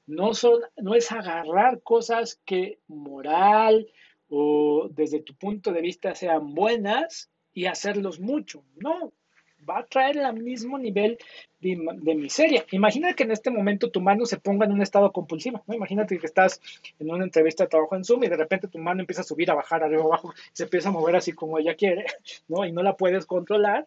No es agarrar cosas que moral o desde tu punto de vista sean buenas y hacerlos mucho. No, va a traer el mismo nivel de miseria. Imagina que en este momento tu mano se ponga en un estado compulsivo, ¿no? Imagínate que estás en una entrevista de trabajo en Zoom y de repente tu mano empieza a subir, a bajar, arriba, abajo, se empieza a mover así como ella quiere, ¿no? Y no la puedes controlar,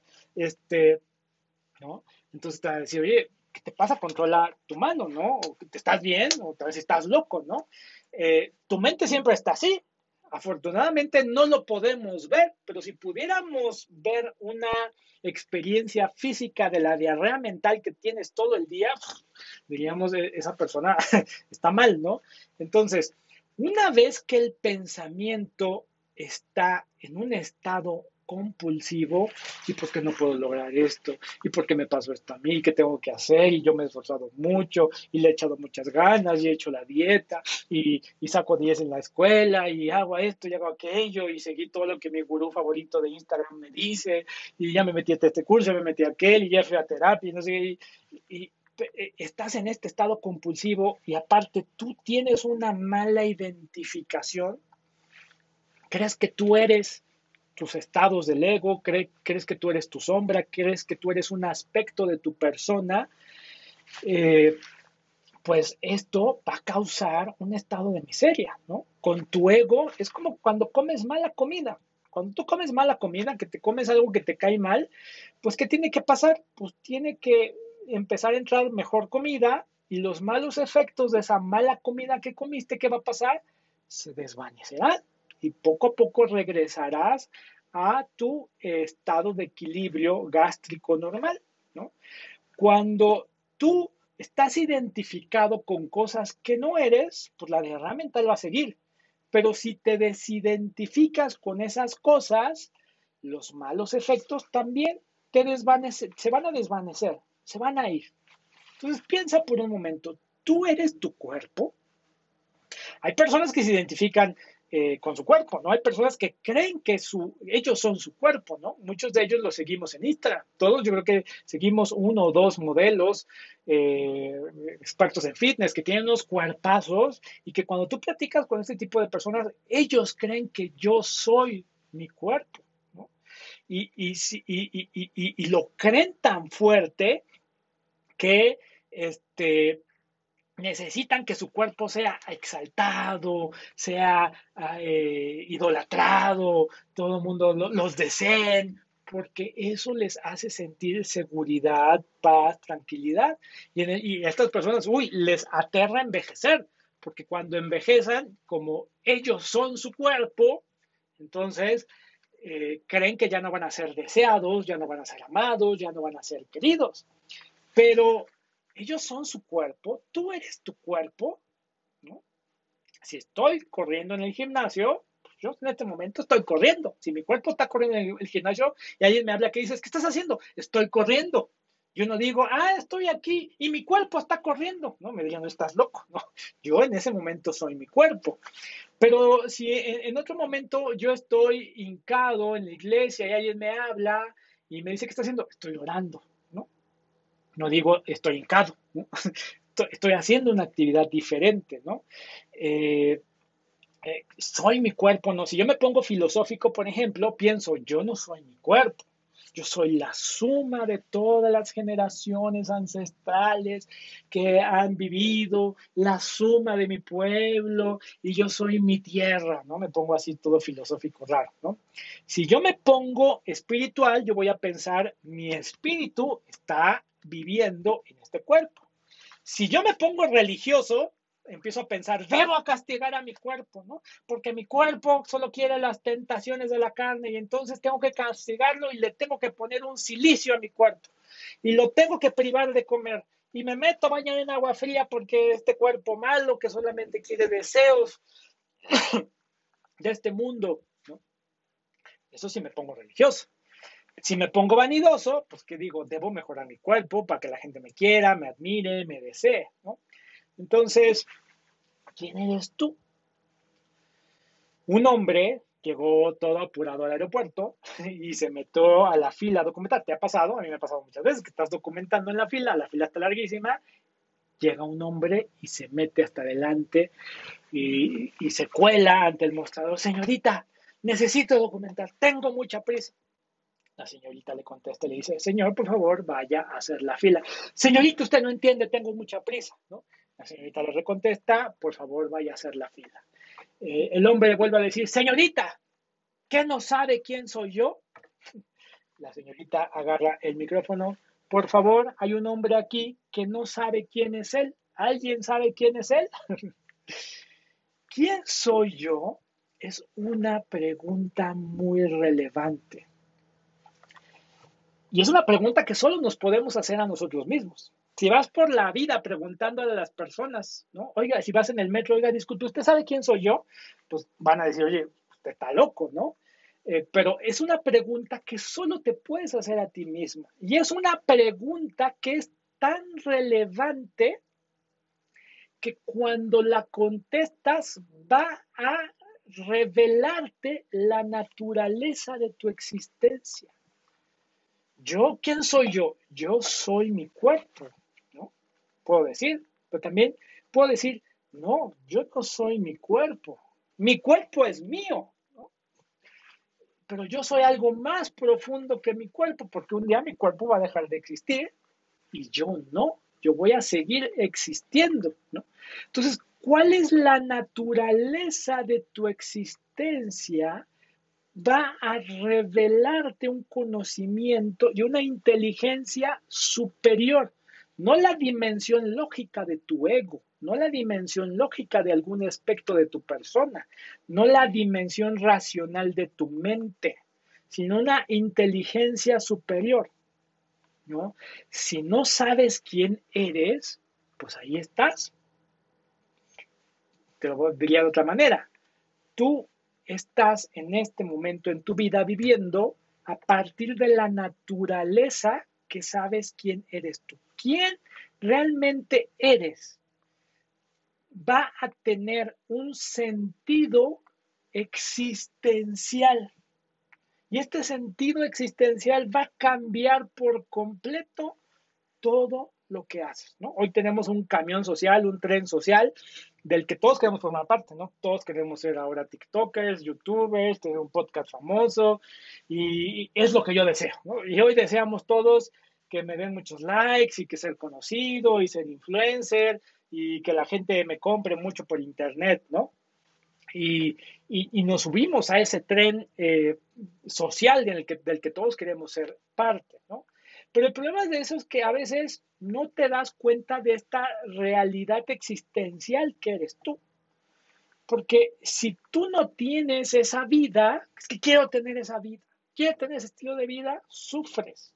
¿no? Entonces te va a decir, oye, ¿qué te pasa? Controla tu mano, ¿no? O te estás bien, o tal vez estás loco, ¿no? Tu mente siempre está así. Afortunadamente no lo podemos ver, pero si pudiéramos ver una experiencia física de la diarrea mental que tienes todo el día, diríamos, esa persona está mal, ¿no? Entonces, una vez que el pensamiento está en un estado compulsivo, ¿y por qué no puedo lograr esto? ¿Y por qué me pasó esto a mí? ¿Qué tengo que hacer? Y yo me he esforzado mucho y le he echado muchas ganas y he hecho la dieta y saco 10 en la escuela y hago esto y hago aquello y seguí todo lo que mi gurú favorito de Instagram me dice y ya me metí a este curso, ya me metí a aquel y ya fui a terapia y no sé, y estás en este estado compulsivo y aparte tú tienes una mala identificación, crees que tú eres tus estados del ego, crees que tú eres tu sombra, crees que tú eres un aspecto de tu persona, eh, pues esto va a causar un estado de miseria, ¿no? Con tu ego es como cuando comes mala comida. Cuando tú comes mala comida, que te comes algo que te cae mal, pues ¿qué tiene que pasar? Pues tiene que empezar a entrar mejor comida y los malos efectos de esa mala comida que comiste, ¿qué va a pasar? Se desvanecerán y poco a poco regresarás a tu estado de equilibrio gástrico normal, ¿no? Cuando tú estás identificado con cosas que no eres, pues la diarrea mental va a seguir. Pero si te desidentificas con esas cosas, los malos efectos también se van a desvanecer, se van a ir. Entonces piensa por un momento, ¿tú eres tu cuerpo? Hay personas que se identifican con su cuerpo, ¿no? Hay personas que creen que ellos son su cuerpo, ¿no? Muchos de ellos los seguimos en Instagram. Todos yo creo que seguimos uno o dos modelos eh, expertos en fitness que tienen unos cuerpazos y que cuando tú platicas con este tipo de personas, ellos creen que yo soy mi cuerpo, ¿no? Y lo creen tan fuerte que necesitan que su cuerpo sea exaltado, sea idolatrado, todo el mundo los deseen, porque eso les hace sentir seguridad, paz, tranquilidad. Y a estas personas, les aterra envejecer, porque cuando envejezan, como ellos son su cuerpo, entonces creen que ya no van a ser deseados, ya no van a ser amados, ya no van a ser queridos. Pero ellos son su cuerpo, tú eres tu cuerpo, ¿no? Si estoy corriendo en el gimnasio, pues yo en este momento estoy corriendo. Si mi cuerpo está corriendo en el gimnasio y alguien me habla que dices, ¿qué estás haciendo? Estoy corriendo. Yo no digo, estoy aquí y mi cuerpo está corriendo. No, me digan, no estás loco. No, yo en ese momento soy mi cuerpo. Pero si en otro momento yo estoy hincado en la iglesia y alguien me habla y me dice, ¿qué está haciendo? Estoy orando, ¿no? No digo estoy hincado, ¿no? Estoy haciendo una actividad diferente, ¿no? Eh, soy mi cuerpo, no. Si yo me pongo filosófico, por ejemplo, pienso, yo no soy mi cuerpo. Yo soy la suma de todas las generaciones ancestrales que han vivido, la suma de mi pueblo, y yo soy mi tierra, ¿no? Me pongo así todo filosófico raro, ¿no? Si yo me pongo espiritual, yo voy a pensar, mi espíritu está viviendo en este cuerpo. Si yo me pongo religioso, empiezo a pensar, debo castigar a mi cuerpo, ¿no? Porque mi cuerpo solo quiere las tentaciones de la carne y entonces tengo que castigarlo y le tengo que poner un silicio a mi cuerpo y lo tengo que privar de comer y me meto a bañar en agua fría porque este cuerpo malo que solamente quiere deseos de este mundo, ¿no? Eso sí me pongo religioso. Si me pongo vanidoso, pues que digo, debo mejorar mi cuerpo para que la gente me quiera, me admire, me desee, ¿no? Entonces, ¿quién eres tú? Un hombre llegó todo apurado al aeropuerto y se metió a la fila a documentar. ¿Te ha pasado? A mí me ha pasado muchas veces que estás documentando en la fila está larguísima, llega un hombre y se mete hasta adelante y se cuela ante el mostrador. Señorita, necesito documentar, tengo mucha prisa. La señorita le contesta y le dice, señor, por favor, vaya a hacer la fila. Señorita, usted no entiende, tengo mucha prisa, ¿no? La señorita le recontesta, por favor, vaya a hacer la fila. El hombre le vuelve a decir, señorita, ¿qué no sabe quién soy yo? La señorita agarra el micrófono. Por favor, hay un hombre aquí que no sabe quién es él. ¿Alguien sabe quién es él? ¿Quién soy yo? Es una pregunta muy relevante. Y es una pregunta que solo nos podemos hacer a nosotros mismos. Si vas por la vida preguntándole a las personas, ¿no? Oiga, si vas en el metro, oiga, disculpe, ¿usted sabe quién soy yo? Pues van a decir, oye, usted está loco, ¿no? Pero es una pregunta que solo te puedes hacer a ti mismo. Y es una pregunta que es tan relevante que cuando la contestas va a revelarte la naturaleza de tu existencia. ¿Yo quién soy yo? Yo soy mi cuerpo, ¿no? Puedo decir, pero también puedo decir, no, yo no soy mi cuerpo. Mi cuerpo es mío, ¿no? Pero yo soy algo más profundo que mi cuerpo, porque un día mi cuerpo va a dejar de existir y yo no. Yo voy a seguir existiendo, ¿no? Entonces, ¿cuál es la naturaleza de tu existencia? Va a revelarte un conocimiento y una inteligencia superior, no la dimensión lógica de tu ego, no la dimensión lógica de algún aspecto de tu persona, no la dimensión racional de tu mente, sino una inteligencia superior, ¿no? Si no sabes quién eres, pues ahí estás. Te lo diría de otra manera. Tú estás en este momento en tu vida viviendo a partir de la naturaleza que sabes quién eres tú. ¿Quién realmente eres? va a tener un sentido existencial. Y este sentido existencial va a cambiar por completo todo lo que haces, ¿no? Hoy tenemos un camión social, un tren social, del que todos queremos formar parte, ¿no? Todos queremos ser ahora TikTokers, YouTubers, tener un podcast famoso, y es lo que yo deseo, ¿no? Y hoy deseamos todos que me den muchos likes y que ser conocido y ser influencer y que la gente me compre mucho por internet, ¿no? Y nos subimos a ese tren social del que todos queremos ser parte, ¿no? Pero el problema de eso es que a veces no te das cuenta de esta realidad existencial que eres tú. Porque si tú no tienes esa vida, es que quiero tener esa vida, quiero tener ese estilo de vida, sufres.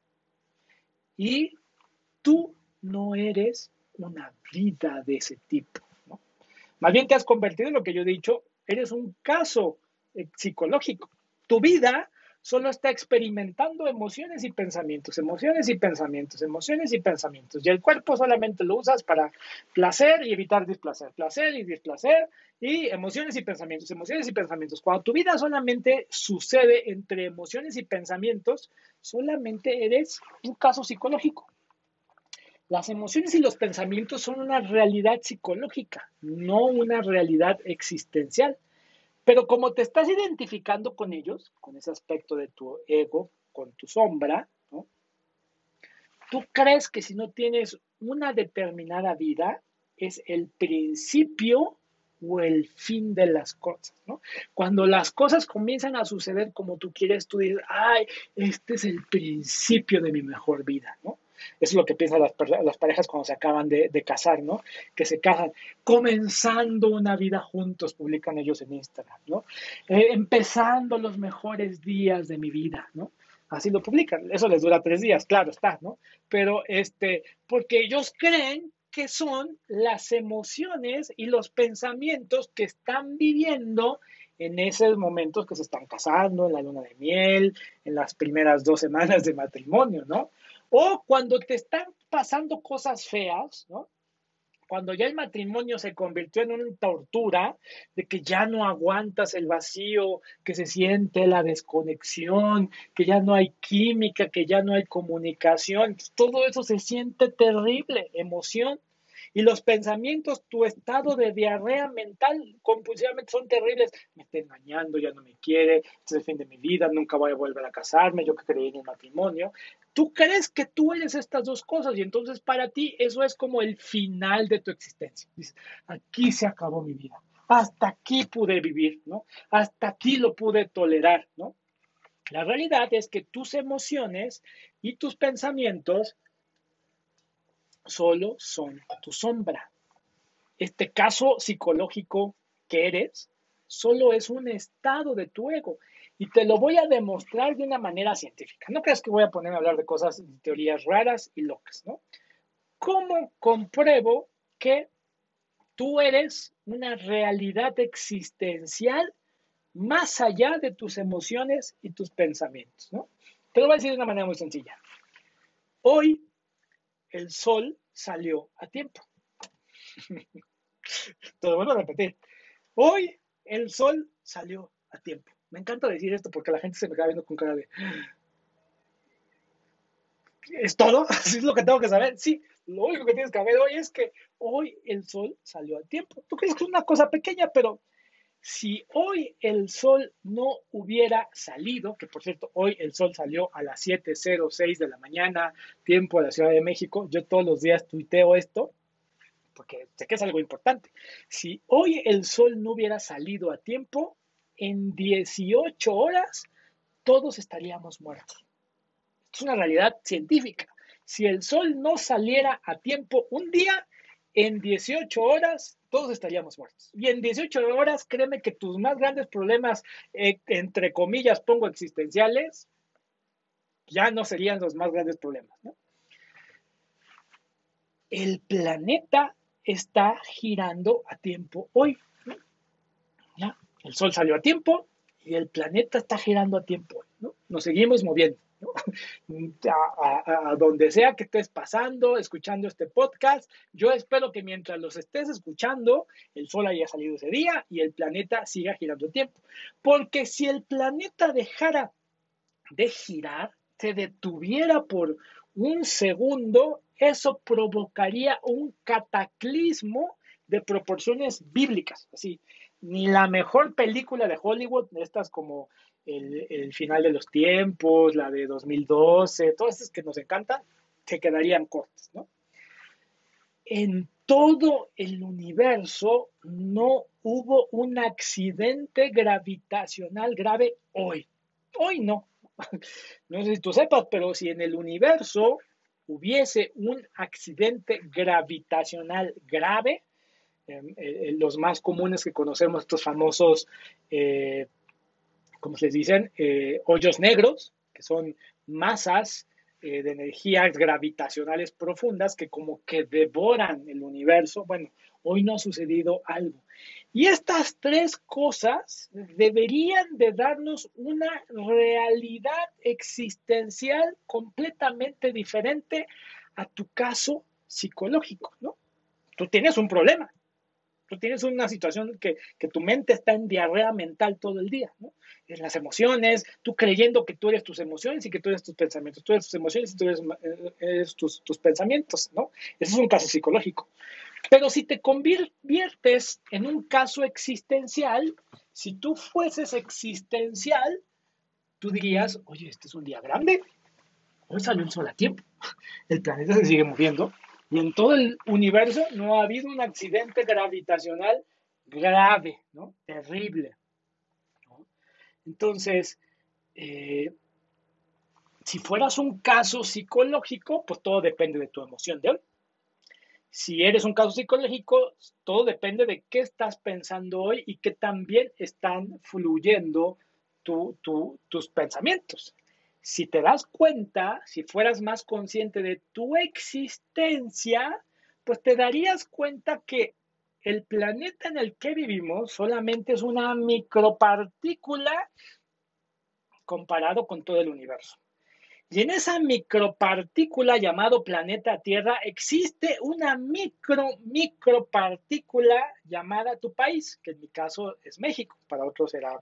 Y tú no eres una vida de ese tipo, ¿no? Más bien te has convertido en lo que yo he dicho, eres un caso psicológico. Tu vida solo está experimentando emociones y pensamientos, emociones y pensamientos, emociones y pensamientos. Y el cuerpo solamente lo usas para placer y evitar displacer, placer y displacer, y emociones y pensamientos, emociones y pensamientos. Cuando tu vida solamente sucede entre emociones y pensamientos, solamente eres un caso psicológico. Las emociones y los pensamientos son una realidad psicológica, no una realidad existencial. Pero como te estás identificando con ellos, con ese aspecto de tu ego, con tu sombra, ¿no? Tú crees que si no tienes una determinada vida, es el principio o el fin de las cosas, ¿no? Cuando las cosas comienzan a suceder como tú quieres, tú dices, ay, este es el principio de mi mejor vida, ¿no? Eso es lo que piensan las parejas cuando se acaban de casar, ¿no? Que se casan comenzando una vida juntos, publican ellos en Instagram, ¿no? Empezando los mejores días de mi vida, ¿no? Así lo publican. Eso les dura 3 días, claro está, ¿no? Pero porque ellos creen que son las emociones y los pensamientos que están viviendo en esos momentos que se están casando, en la luna de miel, en las primeras 2 semanas de matrimonio, ¿no? O cuando te están pasando cosas feas, ¿no? Cuando ya el matrimonio se convirtió en una tortura, de que ya no aguantas el vacío, que se siente la desconexión, que ya no hay química, que ya no hay comunicación, todo eso se siente terrible, emoción. Y los pensamientos, tu estado de diarrea mental compulsivamente son terribles. Me está engañando, ya no me quiere, este es el fin de mi vida, nunca voy a volver a casarme, yo que creí en el matrimonio. Tú crees que tú eres estas dos cosas y entonces para ti eso es como el final de tu existencia. Dices, aquí se acabó mi vida, hasta aquí pude vivir, ¿no? Hasta aquí lo pude tolerar, ¿no? La realidad es que tus emociones y tus pensamientos solo son tu sombra. Este caso psicológico que eres solo es un estado de tu ego. Y te lo voy a demostrar de una manera científica. No creas que voy a ponerme a hablar de cosas, de teorías raras y locas, ¿no? ¿Cómo compruebo que tú eres una realidad existencial más allá de tus emociones y tus pensamientos, ¿no? Te lo voy a decir de una manera muy sencilla. Hoy el sol salió a tiempo. Te lo vuelvo a repetir. Hoy el sol salió a tiempo. Me encanta decir esto porque la gente se me queda viendo con cara de ¿es todo? ¿Así es lo que tengo que saber? Sí, lo único que tienes que saber hoy es que hoy el sol salió a tiempo. Tú crees que es una cosa pequeña, pero si hoy el sol no hubiera salido, que por cierto, hoy el sol salió a las 7:06 de la mañana, tiempo de la Ciudad de México, yo todos los días tuiteo esto, porque sé que es algo importante. Si hoy el sol no hubiera salido a tiempo, en 18 horas todos estaríamos muertos. Es una realidad científica. Si el sol no saliera a tiempo un día, en 18 horas todos estaríamos muertos. Y en 18 horas, créeme que tus más grandes problemas, entre comillas, pongo existenciales, ya no serían los más grandes problemas, ¿no? El planeta está girando a tiempo hoy, ¿no? ¿Ya? El sol salió a tiempo y el planeta está girando a tiempo, ¿no? Nos seguimos moviendo. ¿no? A donde sea que estés pasando, escuchando este podcast, yo espero que mientras los estés escuchando, el sol haya salido ese día y el planeta siga girando el tiempo. Porque si el planeta dejara de girar, se detuviera por un segundo, eso provocaría un cataclismo de proporciones bíblicas. Así, ni la mejor película de Hollywood, estas como el final de los tiempos, la de 2012, todas estas que nos encantan, se quedarían cortas, ¿no? En todo el universo no hubo un accidente gravitacional grave hoy. Hoy no. No sé si tú sepas, pero si en el universo hubiese un accidente gravitacional grave, los más comunes que conocemos, estos famosos, ¿cómo se les dicen? Hoyos negros, que son masas de energías gravitacionales profundas que como que devoran el universo. Bueno, hoy no ha sucedido algo. Y estas tres cosas deberían de darnos una realidad existencial completamente diferente a tu caso psicológico, ¿no? Tú tienes un problema, tú tienes una situación que tu mente está en diarrea mental todo el día, ¿no? En las emociones, tú creyendo que tú eres tus emociones y que tú eres tus pensamientos, tú eres tus emociones y tú eres tus pensamientos, ¿no? Ese es un caso psicológico. Pero si te conviertes en un caso existencial, si tú fueses existencial, tú dirías, oye, este es un día grande, hoy salió el sol a tiempo, el planeta se sigue moviendo y en todo el universo no ha habido un accidente gravitacional grave, ¿no? Terrible, ¿no? Entonces, eh, si fueras un caso psicológico, pues todo depende de tu emoción de hoy. Si eres un caso psicológico, todo depende de qué estás pensando hoy y qué también están fluyendo tus pensamientos. Si te das cuenta, si fueras más consciente de tu existencia, pues te darías cuenta que el planeta en el que vivimos solamente es una micropartícula comparado con todo el universo. Y en esa micropartícula llamado planeta Tierra existe una micropartícula llamada tu país, que en mi caso es México, para otros será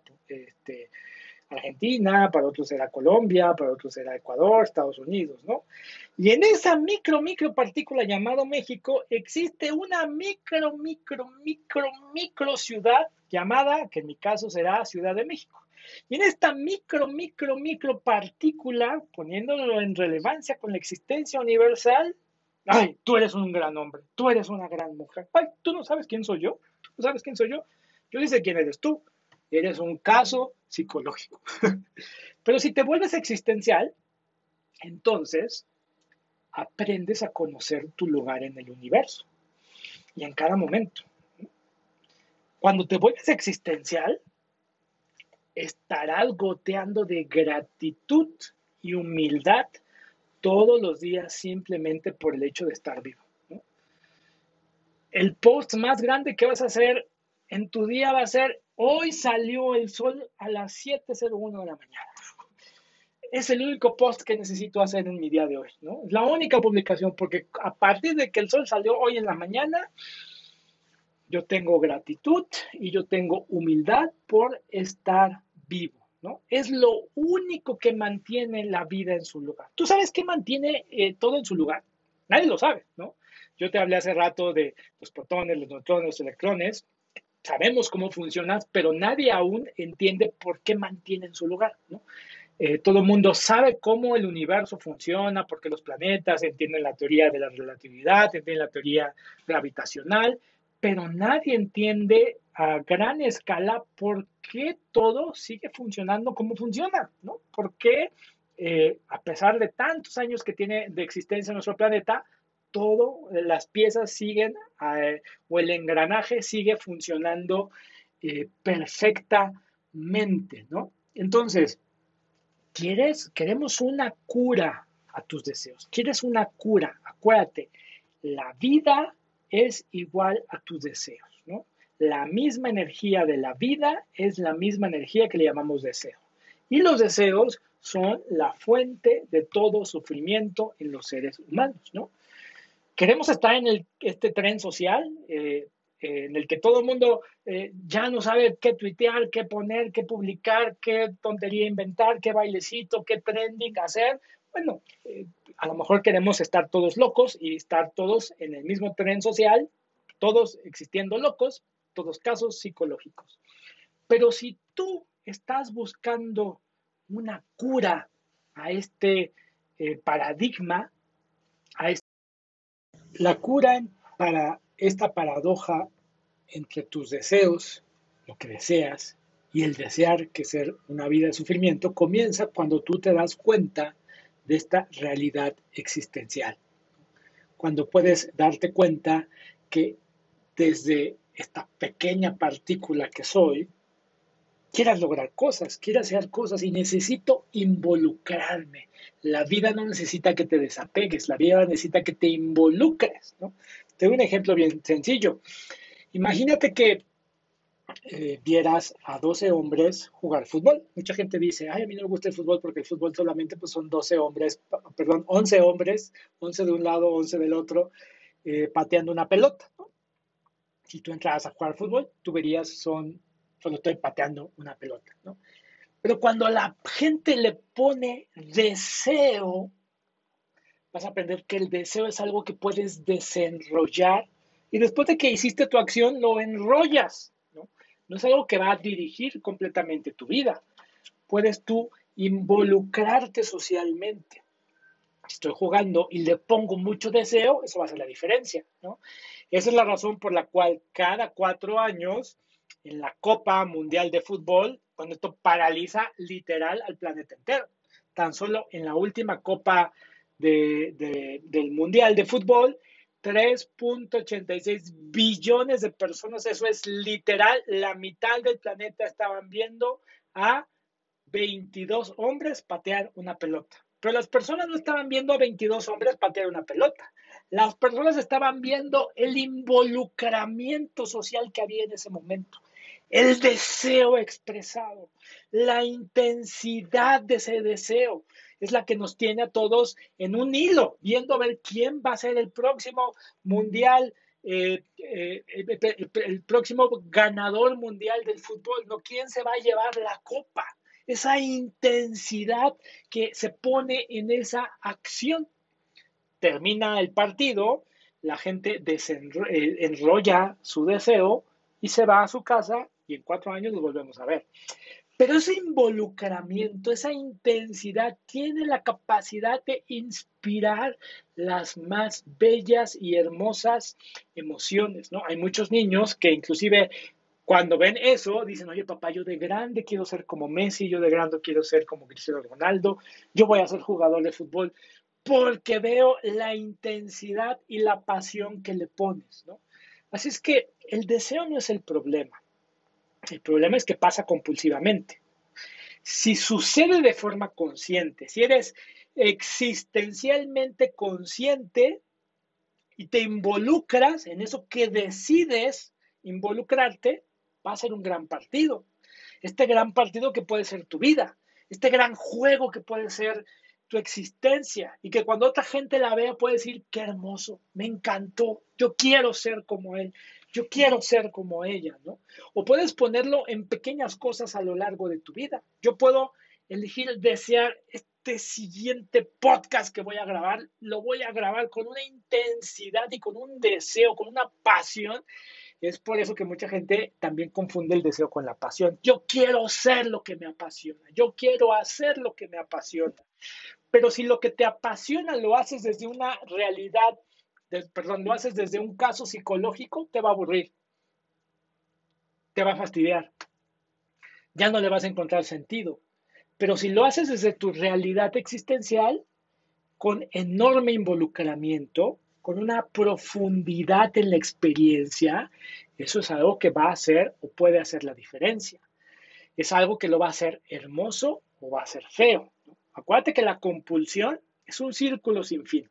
Argentina, para otros será Colombia, para otros será Ecuador, Estados Unidos, ¿no? Y en esa micropartícula llamado México existe una micro ciudad llamada, que en mi caso será Ciudad de México. Y en esta micro partícula, poniéndolo en relevancia con la existencia universal, ay, tú eres un gran hombre, tú eres una gran mujer. Ay, tú no sabes quién soy yo, tú no sabes quién soy yo. Yo sé quién eres tú, eres un caso psicológico. Pero si te vuelves existencial, entonces aprendes a conocer tu lugar en el universo y en cada momento. Cuando te vuelves existencial, estarás goteando de gratitud y humildad todos los días simplemente por el hecho de estar vivo, ¿no? El post más grande que vas a hacer en tu día va a ser, hoy salió el sol a las 7:01 de la mañana. Es el único post que necesito hacer en mi día de hoy, ¿no? Es la única publicación, porque a partir de que el sol salió hoy en la mañana, yo tengo gratitud y yo tengo humildad por estar vivo, ¿no? Es lo único que mantiene la vida en su lugar. ¿Tú sabes qué mantiene todo en su lugar? Nadie lo sabe, ¿no? Yo te hablé hace rato de los protones, los neutrones, los electrones. Sabemos cómo funcionan, pero nadie aún entiende por qué mantienen su lugar, ¿no? Todo el mundo sabe cómo el universo funciona, porque los planetas entienden la teoría de la relatividad, entienden la teoría gravitacional, pero nadie entiende a gran escala por qué todo sigue funcionando como funciona, ¿no? ¿Por qué, a pesar de tantos años que tiene de existencia nuestro planeta, todo, las piezas siguen, o el engranaje sigue funcionando perfectamente, ¿no? Entonces, queremos una cura a tus deseos. ¿Quieres una cura? Acuérdate, la vida es igual a tus deseos, ¿no? La misma energía de la vida es la misma energía que le llamamos deseo. Y los deseos son la fuente de todo sufrimiento en los seres humanos, ¿no? Queremos estar en este tren social en el que todo el mundo ya no sabe qué tuitear, qué poner, qué publicar, qué tontería inventar, qué bailecito, qué trending hacer. Bueno, a lo mejor queremos estar todos locos y estar todos en el mismo tren social, todos existiendo locos, todos casos psicológicos. Pero si tú estás buscando una cura a este paradigma, a este, la cura para esta paradoja entre tus deseos, lo que deseas, y el desear que ser una vida de sufrimiento, comienza cuando tú te das cuenta de esta realidad existencial. Cuando puedes darte cuenta que desde esta pequeña partícula que soy, quieras lograr cosas, quieras hacer cosas y necesito involucrarme. La vida no necesita que te desapegues, la vida necesita que te involucres, ¿no? Te doy un ejemplo bien sencillo. Imagínate que vieras a 12 hombres jugar fútbol. Mucha gente dice, ay, a mí no me gusta el fútbol porque el fútbol solamente pues, son 12 hombres, perdón, 11 hombres, 11 de un lado, 11 del otro, pateando una pelota, ¿no? Si tú entras a jugar fútbol, tú verías, solo estoy pateando una pelota, ¿no? Pero cuando la gente le pone deseo, vas a aprender que el deseo es algo que puedes desenrollar y después de que hiciste tu acción, lo enrollas, ¿no? No es algo que va a dirigir completamente tu vida. Puedes tú involucrarte socialmente. Si estoy jugando y le pongo mucho deseo, eso va a ser la diferencia, ¿no? Esa es la razón por la cual cada 4 años en la Copa Mundial de Fútbol, cuando esto paraliza literal al planeta entero. Tan solo en la última Copa del Mundial de Fútbol, 3.86 billones de personas, eso es literal, la mitad del planeta estaban viendo a 22 hombres patear una pelota. Pero las personas no estaban viendo a 22 hombres patear una pelota. Las personas estaban viendo el involucramiento social que había en ese momento, el deseo expresado, la intensidad de ese deseo. Es la que nos tiene a todos en un hilo, viendo a ver quién va a ser el próximo mundial, el próximo ganador mundial del fútbol, no quién se va a llevar la copa. Esa intensidad que se pone en esa acción. Termina el partido, la gente enrolla su deseo y se va a su casa y en 4 años nos volvemos a ver. Pero ese involucramiento, esa intensidad tiene la capacidad de inspirar las más bellas y hermosas emociones, ¿no? Hay muchos niños que inclusive cuando ven eso, dicen, oye, papá, yo de grande quiero ser como Messi, yo de grande quiero ser como Cristiano Ronaldo, yo voy a ser jugador de fútbol, porque veo la intensidad y la pasión que le pones, ¿no? Así es que el deseo no es el problema es que pasa compulsivamente. Si sucede de forma consciente, si eres existencialmente consciente y te involucras en eso que decides involucrarte, va a ser un gran partido. Este gran partido que puede ser tu vida, este gran juego que puede ser tu existencia y que cuando otra gente la vea puede decir, qué hermoso, me encantó, yo quiero ser como él, yo quiero ser como ella, ¿no? O puedes ponerlo en pequeñas cosas a lo largo de tu vida. Yo puedo elegir desear este siguiente podcast que voy a grabar, lo voy a grabar con una intensidad y con un deseo, con una pasión. Es por eso que mucha gente también confunde el deseo con la pasión. Yo quiero ser lo que me apasiona, yo quiero hacer lo que me apasiona. Pero si lo que te apasiona lo haces desde una realidad, perdón, lo haces desde un caso psicológico, te va a aburrir, te va a fastidiar, ya no le vas a encontrar sentido. Pero si lo haces desde tu realidad existencial, con enorme involucramiento, con una profundidad en la experiencia, eso es algo que va a hacer o puede hacer la diferencia. Es algo que lo va a hacer hermoso o va a ser feo, ¿no? Acuérdate que la compulsión es un círculo sin fin.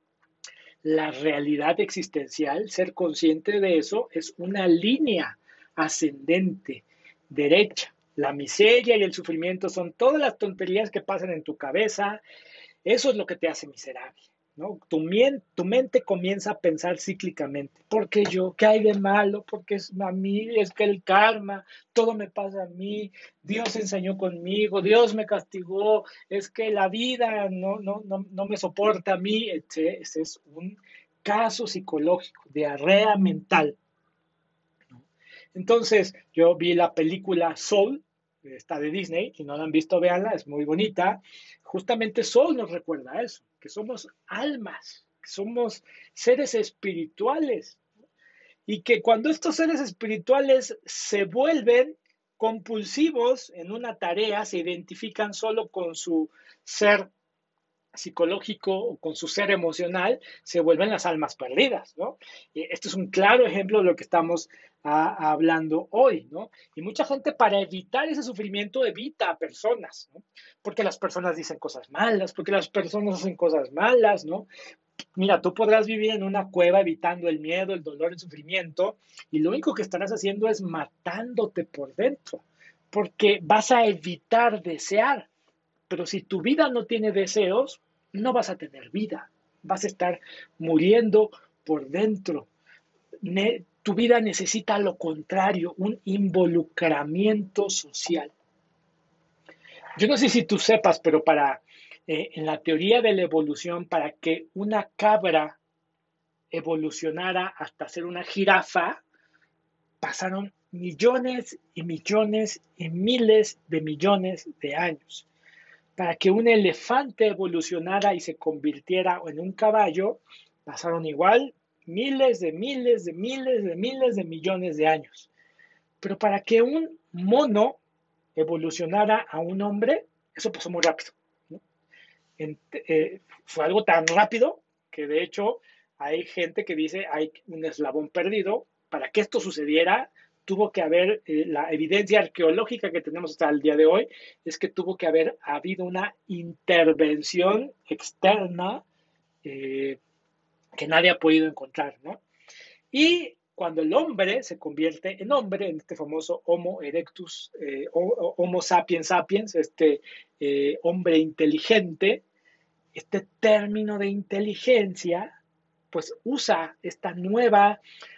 La realidad existencial, ser consciente de eso, es una línea ascendente, derecha. La miseria y el sufrimiento son todas las tonterías que pasan en tu cabeza. Eso es lo que te hace miserable, ¿no? Tu mente comienza a pensar cíclicamente. ¿Por qué yo? ¿Qué hay de malo? Porque es a mí, es que el karma, todo me pasa a mí, Dios ensañó conmigo, Dios me castigó, es que la vida no me soporta a mí. Ese es un caso psicológico, diarrea mental. Entonces, yo vi la película Soul, está de Disney, si no la han visto, véanla, es muy bonita. Justamente Soul nos recuerda eso, que somos almas, que somos seres espirituales y que cuando estos seres espirituales se vuelven compulsivos en una tarea, se identifican solo con su ser psicológico o con su ser emocional, se vuelven las almas perdidas, ¿no? Y este es un claro ejemplo de lo que estamos hablando hoy, ¿no? Y mucha gente para evitar ese sufrimiento evita a personas, ¿no? Porque las personas dicen cosas malas, porque las personas hacen cosas malas, ¿no? Mira, tú podrás vivir en una cueva evitando el miedo, el dolor, el sufrimiento, y lo único que estarás haciendo es matándote por dentro, porque vas a evitar desear. Pero si tu vida no tiene deseos, no vas a tener vida. Vas a estar muriendo por dentro. Tu vida necesita lo contrario, un involucramiento social. Yo no sé si tú sepas, pero en la teoría de la evolución, para que una cabra evolucionara hasta ser una jirafa, pasaron millones y millones y miles de millones de años. Para que un elefante evolucionara y se convirtiera en un caballo, pasaron igual miles de miles de miles de miles de millones de años. Pero para que un mono evolucionara a un hombre, eso pasó muy rápido, ¿no? Fue algo tan rápido que de hecho hay gente que dice hay un eslabón perdido. Para que esto sucediera, tuvo que haber, la evidencia arqueológica que tenemos hasta el día de hoy, es que tuvo que haber habido una intervención externa que nadie ha podido encontrar, ¿no? Y cuando el hombre se convierte en hombre, en este famoso Homo erectus, Homo sapiens sapiens, hombre inteligente, este término de inteligencia, pues usa esta nueva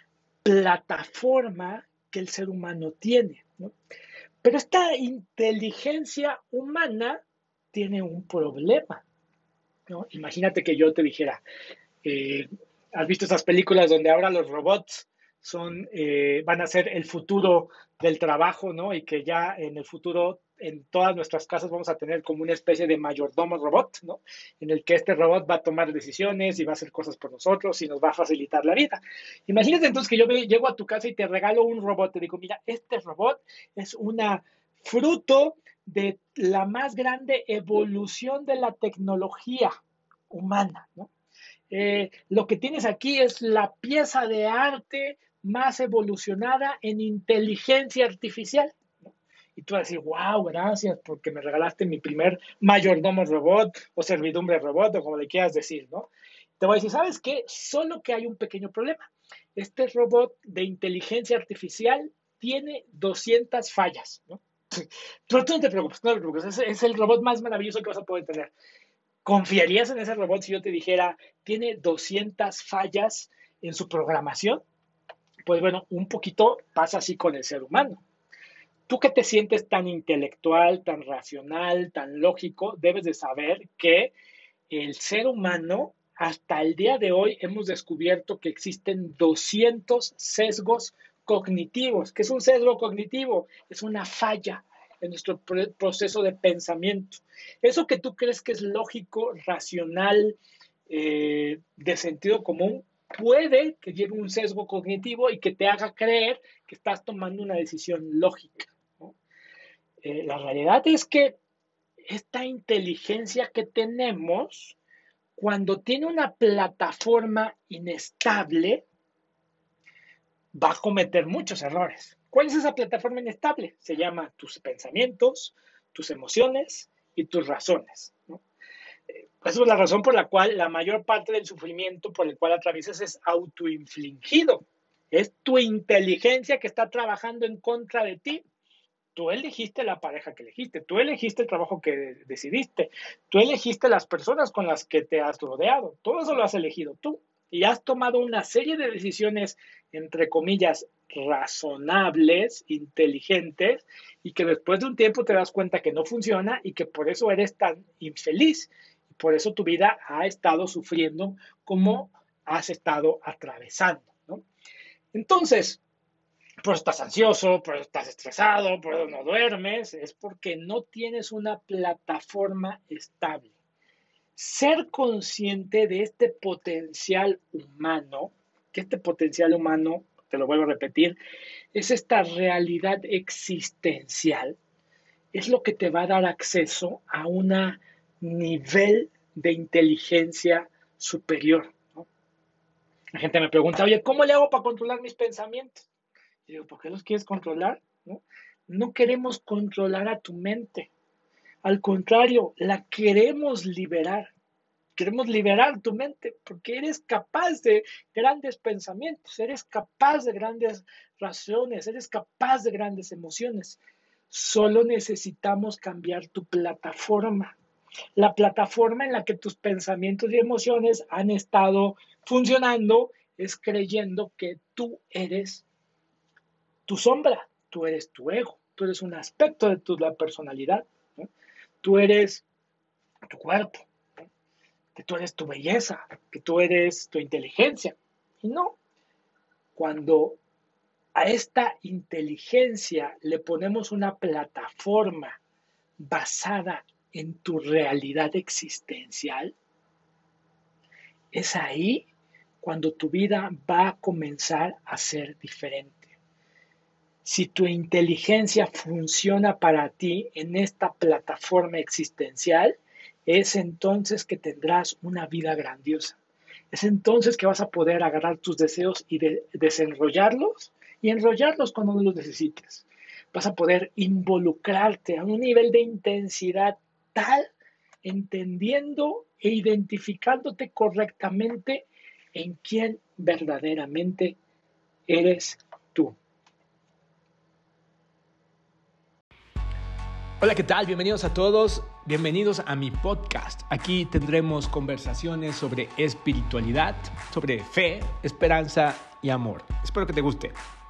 plataforma que el ser humano tiene, ¿no? Pero esta inteligencia humana tiene un problema, ¿no? Imagínate que yo te dijera, eh, ¿has visto esas películas donde ahora los robots van a ser el futuro del trabajo, ¿no? Y que ya en el futuro en todas nuestras casas vamos a tener como una especie de mayordomo robot, ¿no? En el que este robot va a tomar decisiones y va a hacer cosas por nosotros y nos va a facilitar la vida. Imagínate entonces que yo llego a tu casa y te regalo un robot, te digo, mira, este robot es una fruto de la más grande evolución de la tecnología humana, ¿no? Lo que tienes aquí es la pieza de arte más evolucionada en inteligencia artificial, ¿no? Y tú vas a decir, wow, gracias porque me regalaste mi primer mayordomo robot o servidumbre robot o como le quieras decir, ¿no? Te voy a decir, ¿sabes qué? Solo que hay un pequeño problema. Este robot de inteligencia artificial tiene 200 fallas, ¿no? Pero tú no te preocupes, no te preocupes, es el robot más maravilloso que vas a poder tener. ¿Confiarías en ese robot si yo te dijera, tiene 200 fallas en su programación? Pues bueno, un poquito pasa así con el ser humano. Tú que te sientes tan intelectual, tan racional, tan lógico, debes de saber que el ser humano, hasta el día de hoy, hemos descubierto que existen 200 sesgos cognitivos. ¿Qué es un sesgo cognitivo? Es una falla en nuestro proceso de pensamiento. Eso que tú crees que es lógico, racional, de sentido común, puede que lleve un sesgo cognitivo y que te haga creer que estás tomando una decisión lógica, ¿no? La realidad es que esta inteligencia que tenemos, cuando tiene una plataforma inestable, va a cometer muchos errores. ¿Cuál es esa plataforma inestable? Se llama tus pensamientos, tus emociones y tus razones, ¿no? Esa es la razón por la cual la mayor parte del sufrimiento por el cual atraviesas es autoinfligido. Es tu inteligencia que está trabajando en contra de ti. Tú elegiste la pareja que elegiste, tú elegiste el trabajo que decidiste, tú elegiste las personas con las que te has rodeado, todo eso lo has elegido tú y has tomado una serie de decisiones, entre comillas, razonables, inteligentes, y que después de un tiempo te das cuenta que no funciona y que por eso eres tan infeliz. Y por eso tu vida ha estado sufriendo como has estado atravesando, ¿no? Entonces, por eso estás ansioso, por eso estás estresado, por eso no duermes, es porque no tienes una plataforma estable. Ser consciente de este potencial humano, que este potencial humano, te lo vuelvo a repetir, es esta realidad existencial, es lo que te va a dar acceso a un nivel de inteligencia superior, ¿no? La gente me pregunta, oye, ¿cómo le hago para controlar mis pensamientos? Y digo, ¿por qué los quieres controlar? ¿No? No queremos controlar a tu mente. Al contrario, la queremos liberar. Queremos liberar tu mente porque eres capaz de grandes pensamientos, eres capaz de grandes razones, eres capaz de grandes emociones. Solo necesitamos cambiar tu plataforma. La plataforma en la que tus pensamientos y emociones han estado funcionando es creyendo que tú eres tu sombra, tú eres tu ego, tú eres un aspecto de tu personalidad, ¿no? Tú eres tu cuerpo, ¿no? Que tú eres tu belleza, que tú eres tu inteligencia. Y no, cuando a esta inteligencia le ponemos una plataforma basada en tu realidad existencial, es ahí cuando tu vida va a comenzar a ser diferente. Si tu inteligencia funciona para ti en esta plataforma existencial, es entonces que tendrás una vida grandiosa. Es entonces que vas a poder agarrar tus deseos y desenrollarlos y enrollarlos cuando los necesites. Vas a poder involucrarte a un nivel de intensidad tal, entendiendo e identificándote correctamente en quién verdaderamente eres tú. Hola, ¿qué tal? Bienvenidos a todos, bienvenidos a mi podcast. Aquí tendremos conversaciones sobre espiritualidad, sobre fe, esperanza y amor. Espero que te guste.